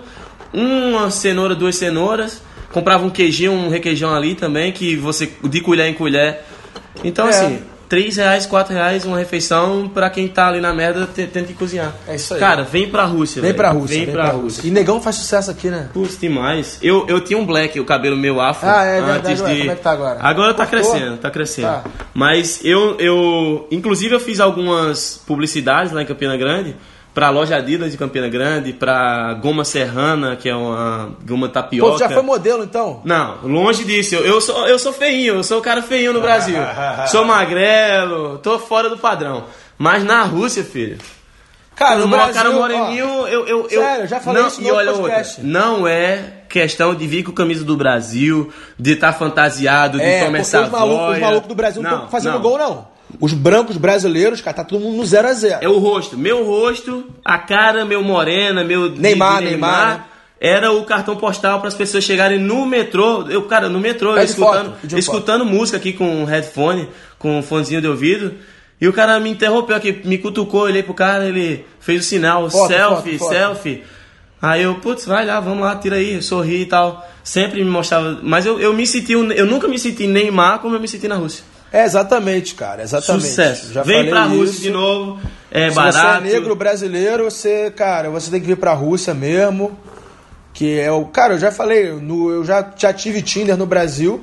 uma cenoura, 2 cenouras. Comprava um queijinho, um requeijão ali também, que você, de colher em colher. Então, assim, R$3, R$4, uma refeição pra quem tá ali na merda tendo que cozinhar. É isso aí. Cara, vem pra Rússia. Vem pra Rússia. Vem pra Rússia. E negão faz sucesso aqui, né? Putz, demais. Eu tinha um black, o cabelo meu afro. Ah, é verdade. Antes de... Como é que tá agora? Agora tá crescendo. Tá. Mas inclusive eu fiz algumas publicidades lá em Campina Grande, pra loja Adidas de Campina Grande, pra Goma Serrana, que é uma goma tapioca. Pô, tu já foi modelo, então? Não, longe disso. Eu sou feinho, eu sou o cara feinho no Brasil. Sou magrelo, tô fora do padrão. Mas na Rússia, filho... Cara, no Brasil, cara moreninho, Sério, eu já falei isso no podcast. Não é questão de vir com camisa do Brasil, de estar fantasiado, de tomar essa os malucos do Brasil não estão fazendo gol, não. Os brancos brasileiros, cara, tá todo mundo no 0-0. É o rosto. Meu rosto, a cara, meu morena, meu... Neymar, né? Era o cartão postal para as pessoas chegarem no metrô. No metrô, escutando música aqui com um headphone, com um fonezinho de ouvido. E o cara me interrompeu aqui, me cutucou, olhei pro cara, ele fez o sinal, selfie. Aí eu, putz, vai lá, vamos lá, tira aí, sorri e tal. Sempre me mostrava. Mas eu nunca me senti Neymar como eu me senti na Rússia. Exatamente, cara, exatamente. Sucesso. Já Vem pra Rússia isso. de novo, Se barato. você é negro brasileiro, você tem que vir pra Rússia mesmo. Que é o. Cara, eu já falei, eu já tive Tinder no Brasil.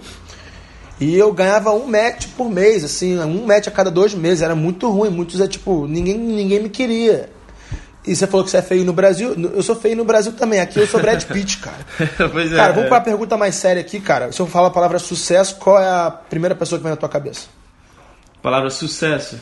E eu ganhava um match por mês, assim, um match a cada 2 meses. Era muito ruim, ninguém me queria. E você falou que você é feio no Brasil. Eu sou feio no Brasil também. Aqui eu sou Brad Pitt, cara. Pois é. Cara, vamos pra pergunta mais séria aqui, cara. Se eu falar a palavra sucesso, qual é a primeira pessoa que vem na tua cabeça? Palavra sucesso.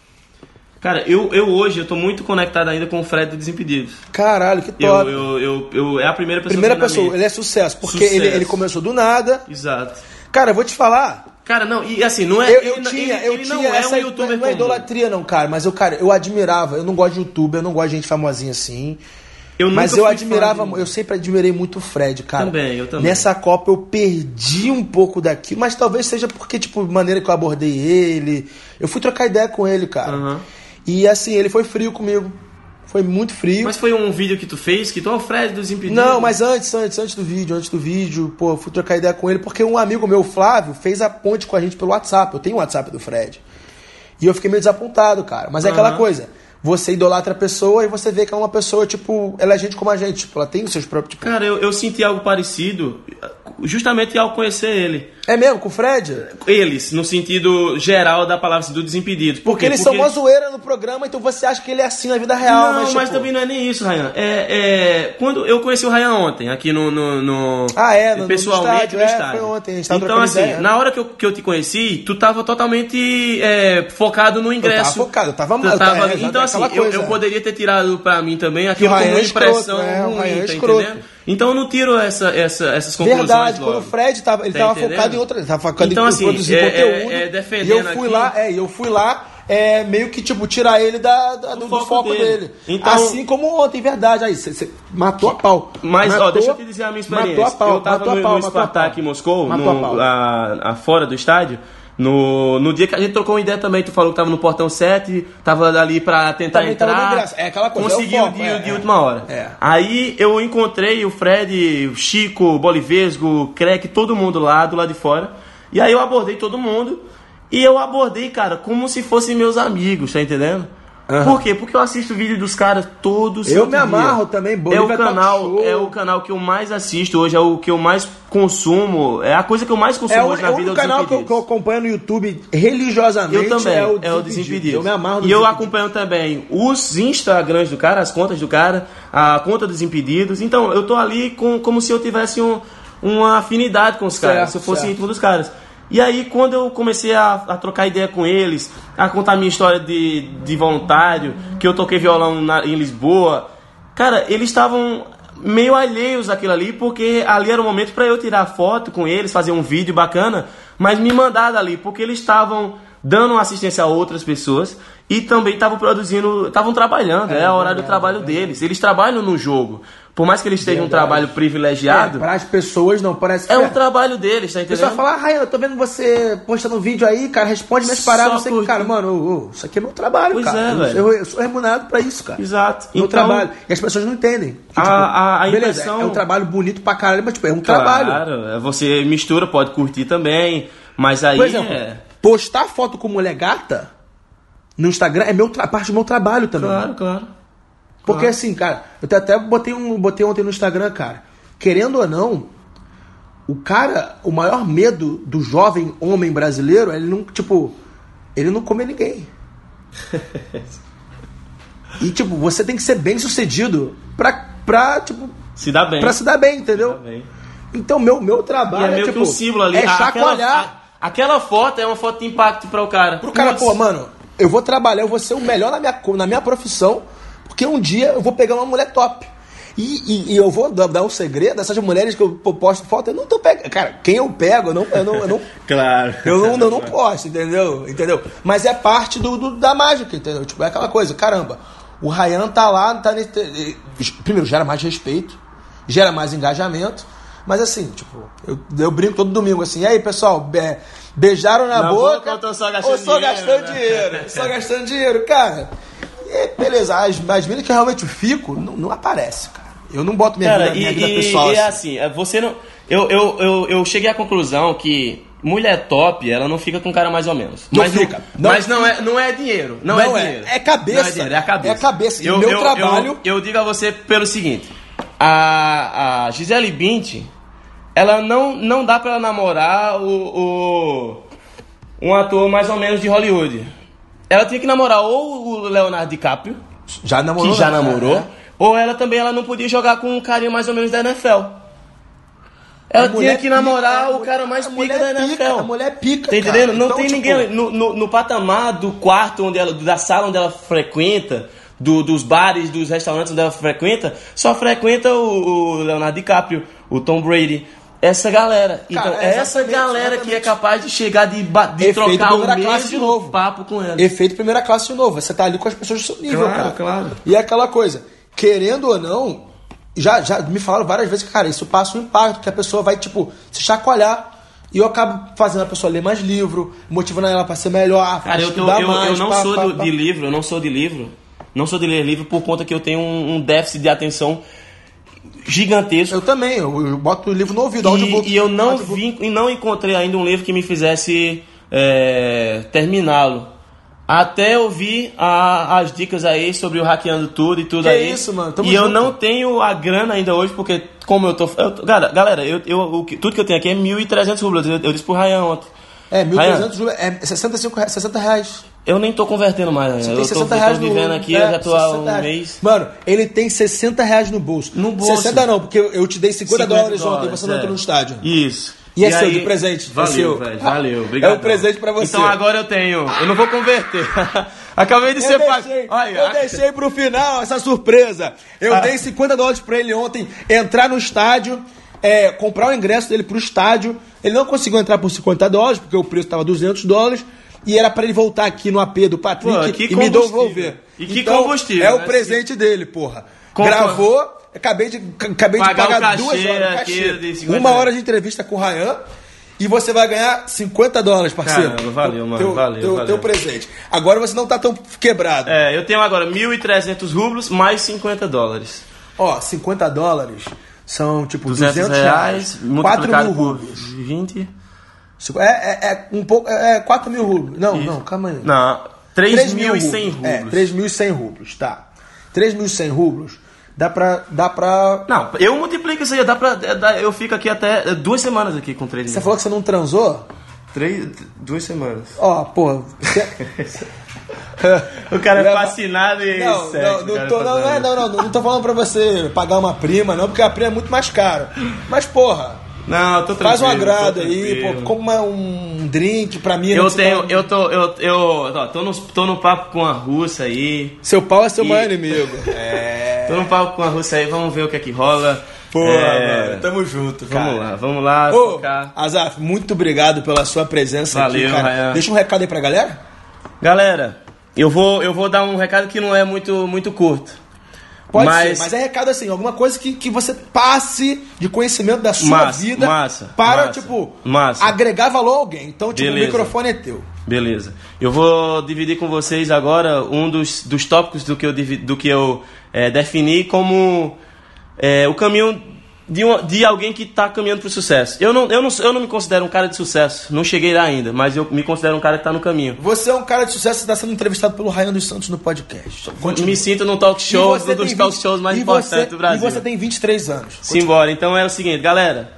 Cara, eu hoje eu tô muito conectado ainda com o Fred do Desimpedidos. Caralho, que top. É a primeira pessoa Primeira que vem na pessoa, mente. ele é sucesso, porque Sucesso. Ele começou do nada. Exato. Cara, eu vou te falar. Cara, não, e assim, não é. Eu ele tinha não é essa um youtuber não é comum. idolatria não, cara, mas eu admirava, eu não gosto de youtuber, eu não gosto de gente famosinha assim. Mas nunca eu fui admirava, fã de- eu sempre admirei muito o Fred, cara. Eu também. Nessa Copa eu perdi um pouco daquilo, mas talvez seja porque, tipo, maneira que eu abordei ele. Eu fui trocar ideia com ele, cara. Aham. E assim, ele foi frio comigo. Foi muito frio. Mas foi um vídeo que tu fez, que tu é o Fred dos Desimpedidos? Não, mas antes do vídeo, pô, eu fui trocar ideia com ele, porque um amigo meu, Flávio, fez a ponte com a gente pelo WhatsApp. Eu tenho o WhatsApp do Fred. E eu fiquei meio desapontado, cara. Mas é aquela coisa, você idolatra a pessoa e você vê que é uma pessoa, tipo, ela é gente como a gente, tipo, ela tem os seus próprios... Tipo... Cara, eu senti algo parecido justamente ao conhecer ele. É mesmo, com o Fred? Eles, no sentido geral da palavra assim, do Desimpedidos. Por Porque quê? eles são uma zoeira no programa, então você acha que ele é assim na vida real, Não, mas tipo... também não é nem isso, Ryan. Quando eu conheci o Ryan ontem, aqui no pessoalmente no estádio. Foi ontem, a gente tava então, trocando assim, ideia. na hora que eu te conheci, tu tava totalmente focado no ingresso. Eu tava Então, assim, eu poderia ter tirado pra mim também aquilo como uma impressão ruim, tá entendendo? Então eu não tiro essas conclusões. Verdade, logo. quando o Fred tava, ele tava focado em outra, ele tava focado então, em assim, produzir conteúdo. defendendo e eu fui lá meio que tipo tirar ele do foco dele. Então, assim como ontem, verdade. Aí você matou a pau. Mas deixa eu te dizer a minha experiência. Matou a pau, eu tava no Spartak em Moscou, fora do estádio. No dia que a gente trocou uma ideia também, tu falou que tava no portão 7, tava ali pra tentar também entrar. É aquela coisa, conseguiu de última hora. Aí eu encontrei o Fred, o Chico, o Bolivesgo, o Crack, todo mundo lá do lado de fora. E aí eu abordei todo mundo. E eu abordei, cara, como se fossem meus amigos, tá entendendo? Por quê? Porque eu assisto vídeo dos caras todos. Eu me amarro também, Bolívia é o canal que eu mais assisto hoje, é o que eu mais consumo, é a coisa que eu mais consumo hoje na vida. É o canal que eu acompanho no YouTube religiosamente. Eu também, é o Desimpedidos. Eu me amarro no E eu acompanho também os Instagrams do cara, as contas do cara, a conta dos Desimpedidos. Então, eu tô ali como se eu tivesse uma afinidade com os caras, se eu fosse íntimo dos caras. E aí, quando eu comecei a trocar ideia com eles, a contar minha história de voluntário, que eu toquei violão em Lisboa, cara, eles estavam meio alheios àquilo ali, porque ali era o momento para eu tirar foto com eles, fazer um vídeo bacana, mas me mandar dali, porque eles estavam dando assistência a outras pessoas e também estavam produzindo, estavam trabalhando, é a hora do trabalho deles. Eles trabalham no jogo. Por mais que eles tenham um trabalho privilegiado, para as pessoas não parece que é um trabalho deles, tá entendendo? O pessoal fala, Ryan, eu tô vendo você postando um vídeo aí, cara, responde minhas paradas, você que, cara, mano, isso aqui é meu trabalho, pois cara. Velho. Eu sou remunerado pra isso, cara. Exato. Meu trabalho. E as pessoas não entendem. Que, a beleza, impressão... é um trabalho bonito pra caralho, mas tipo, é um claro, trabalho. Você mistura, pode curtir também, mas aí... Por exemplo, postar foto com mulher gata no Instagram é parte do meu trabalho também. Claro. Porque assim, cara, eu até botei ontem no Instagram, cara. Querendo ou não, o maior medo do jovem homem brasileiro é ele não comer ninguém. E tipo, você tem que ser bem sucedido pra se dar bem. Pra se dar bem, entendeu? Se dar bem. Então meu trabalho é meio que um símbolo ali. É chacoalhar. Aquela foto é uma foto de impacto para o cara. Pro cara, pô, mano, eu vou trabalhar, eu vou ser o melhor na minha profissão, porque um dia eu vou pegar uma mulher top. E eu vou dar um segredo, essas mulheres que eu posto foto, eu não tô pegando. Cara, quem eu pego, eu não claro. Eu não posto, entendeu? Mas é parte da mágica, entendeu? Tipo, é aquela coisa, caramba, o Ryan tá lá, tá nesse. Primeiro, gera mais respeito, gera mais engajamento. Mas assim, tipo, eu brinco todo domingo assim, e aí, pessoal, beijaram na boca ou tô só gastando dinheiro? Só gastando dinheiro, cara. E beleza, as minas que realmente eu fico, não aparece, cara. Eu não boto minha vida pessoal. E é assim, você não... Eu cheguei à conclusão que mulher top, ela não fica com cara mais ou menos. Mas não é dinheiro. Não é dinheiro. É cabeça. Não é dinheiro, é a cabeça. É a cabeça. E o meu trabalho... Eu digo a você pelo seguinte... A Gisele Bündchen, ela não dá pra ela namorar um ator mais ou menos de Hollywood. Ela tinha que namorar ou o Leonardo DiCaprio, que já namorou, ou ela não podia jogar com um carinha mais ou menos da NFL. Ela tinha que namorar o cara mais pica da NFL. A mulher pica, tá entendendo? Cara. Não então, tem ninguém no patamar do quarto, da sala onde ela frequenta, dos bares, dos restaurantes onde ela frequenta, só frequenta o Leonardo DiCaprio, o Tom Brady. Essa galera. Então, essa galera que é capaz de chegar, de trocar o mesmo de novo. papo com ela. Efeito primeira classe de novo. Você tá ali com as pessoas do seu nível, cara. Claro. E é aquela coisa, querendo ou não, já me falaram várias vezes que, cara, isso passa um impacto, que a pessoa vai, tipo, se chacoalhar. E eu acabo fazendo a pessoa ler mais livro, motivando ela pra ser melhor. Cara, eu não sou de livro, eu não sou de livro. Não sou de ler livro por conta que eu tenho um déficit de atenção gigantesco. Eu também, eu boto o livro no ouvido, e eu não encontrei ainda um livro que me fizesse terminá-lo. Até eu vi as dicas aí sobre o Hackeando Tudo e tudo aí. Que isso, mano? E eu não tenho a grana ainda hoje, porque como eu tô... Galera, tudo que eu tenho aqui é 1.300 rublos. Eu disse pro Ryan ontem. 1.300 rublos, é 60 reais. Eu nem tô convertendo mais, né? Eu tô vivendo aqui, eu já tô há um mês. Mano, ele tem 60 reais no bolso. 60 não, porque eu te dei 50 dólares ontem e você não entrou no estádio. Isso. E é seu, de presente. Valeu, velho. Valeu, obrigado. É um presente pra você. Então agora eu tenho. Eu não vou converter. Acabei de ser pago. Eu deixei pro final essa surpresa. Eu dei 50 dólares pra ele ontem entrar no estádio, comprar o ingresso dele pro estádio. Ele não conseguiu entrar por 50 dólares, porque o preço tava 200 dólares. E era pra ele voltar aqui no AP do Patrick e me devolver. E que combustível. É o presente dele, porra. Gravou, acabei de pagar 2 horas. Cachê. 1 hora de entrevista com o Ryan. E você vai ganhar 50 dólares, parceiro. Caramba, valeu, mano. Valeu. Teu presente. Agora você não tá tão quebrado. Eu tenho agora 1.300 rublos mais 50 dólares. 50 dólares são tipo 200 reais. 4 mil rublos. 20. Um pouco. 4 mil rublos. Não, calma aí. Não, 3.100 rublos. 3.100 rublos, tá. 3.100 rublos. Dá pra... Não, eu multiplico isso aí. Eu fico aqui até 2 semanas aqui com 3 mil. Você falou que você não transou? 2 semanas. Pô... O cara é fascinado e não tô falando pra você pagar uma prima, não, porque a prima é muito mais caro. Mas, porra... Não, tô tranquilo. Faz um agrado aí, pô, compra um drink pra mim. Tô no papo com a russa aí. Seu pau é seu maior inimigo. Tô no papo com a russa aí, vamos ver o que é que rola. Pô, mano, tamo junto, cara. Vamos lá. Azaf, muito obrigado pela sua presença. Valeu, aqui, cara. Ryan. Deixa um recado aí pra galera. Galera, eu vou dar um recado que não é muito curto. Pode ser, mas é recado assim, alguma coisa que você passe de conhecimento da sua vida para, agregar valor a alguém. Então, o microfone é teu. Beleza. Eu vou dividir com vocês agora um dos tópicos do que eu defini como o caminho de alguém que está caminhando para o sucesso. Eu não me considero um cara de sucesso, não cheguei lá ainda, mas eu me considero um cara que está no caminho. Você é um cara de sucesso e está sendo entrevistado pelo Ryan dos Santos no podcast. Me sinto num talk show, um dos talk shows mais importantes do Brasil. E você tem 23 anos. Simbora, então é o seguinte, galera,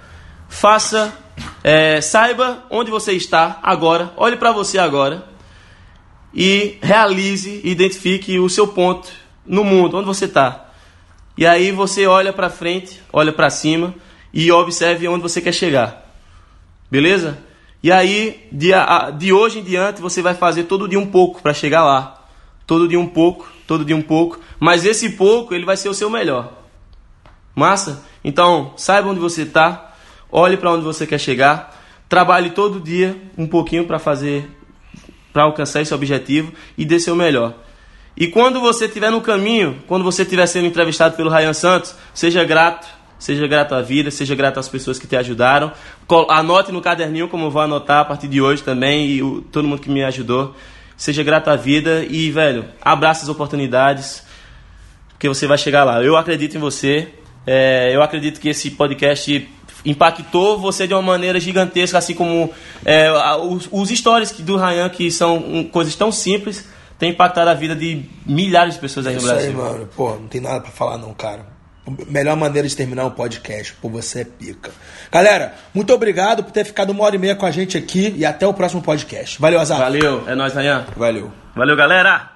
saiba onde você está agora, olhe para você agora e realize, identifique o seu ponto no mundo, onde você está. E aí você olha pra frente, olha pra cima e observe onde você quer chegar. Beleza? E aí, de hoje em diante, você vai fazer todo dia um pouco pra chegar lá. Todo dia um pouco. Mas esse pouco, ele vai ser o seu melhor. Massa? Então, saiba onde você tá, olhe pra onde você quer chegar, trabalhe todo dia um pouquinho pra alcançar esse objetivo e dê seu melhor. E quando você estiver no caminho, quando você estiver sendo entrevistado pelo Ryan Santos, seja grato à vida, seja grato às pessoas que te ajudaram. Anote no caderninho, como eu vou anotar a partir de hoje também, e todo mundo que me ajudou. Seja grato à vida e, velho, abraça as oportunidades, porque você vai chegar lá. Eu acredito em você, eu acredito que esse podcast impactou você de uma maneira gigantesca, assim como os stories do Ryan, que são coisas tão simples, tem impactado a vida de milhares de pessoas aí no Brasil. Isso aí, mano. Pô, não tem nada pra falar não, cara. Melhor maneira de terminar um podcast. Pô, você é pica. Galera, muito obrigado por ter ficado 1h30 com a gente aqui e até o próximo podcast. Valeu, Azar. Valeu. É nóis, Ryan. Valeu. Valeu, galera.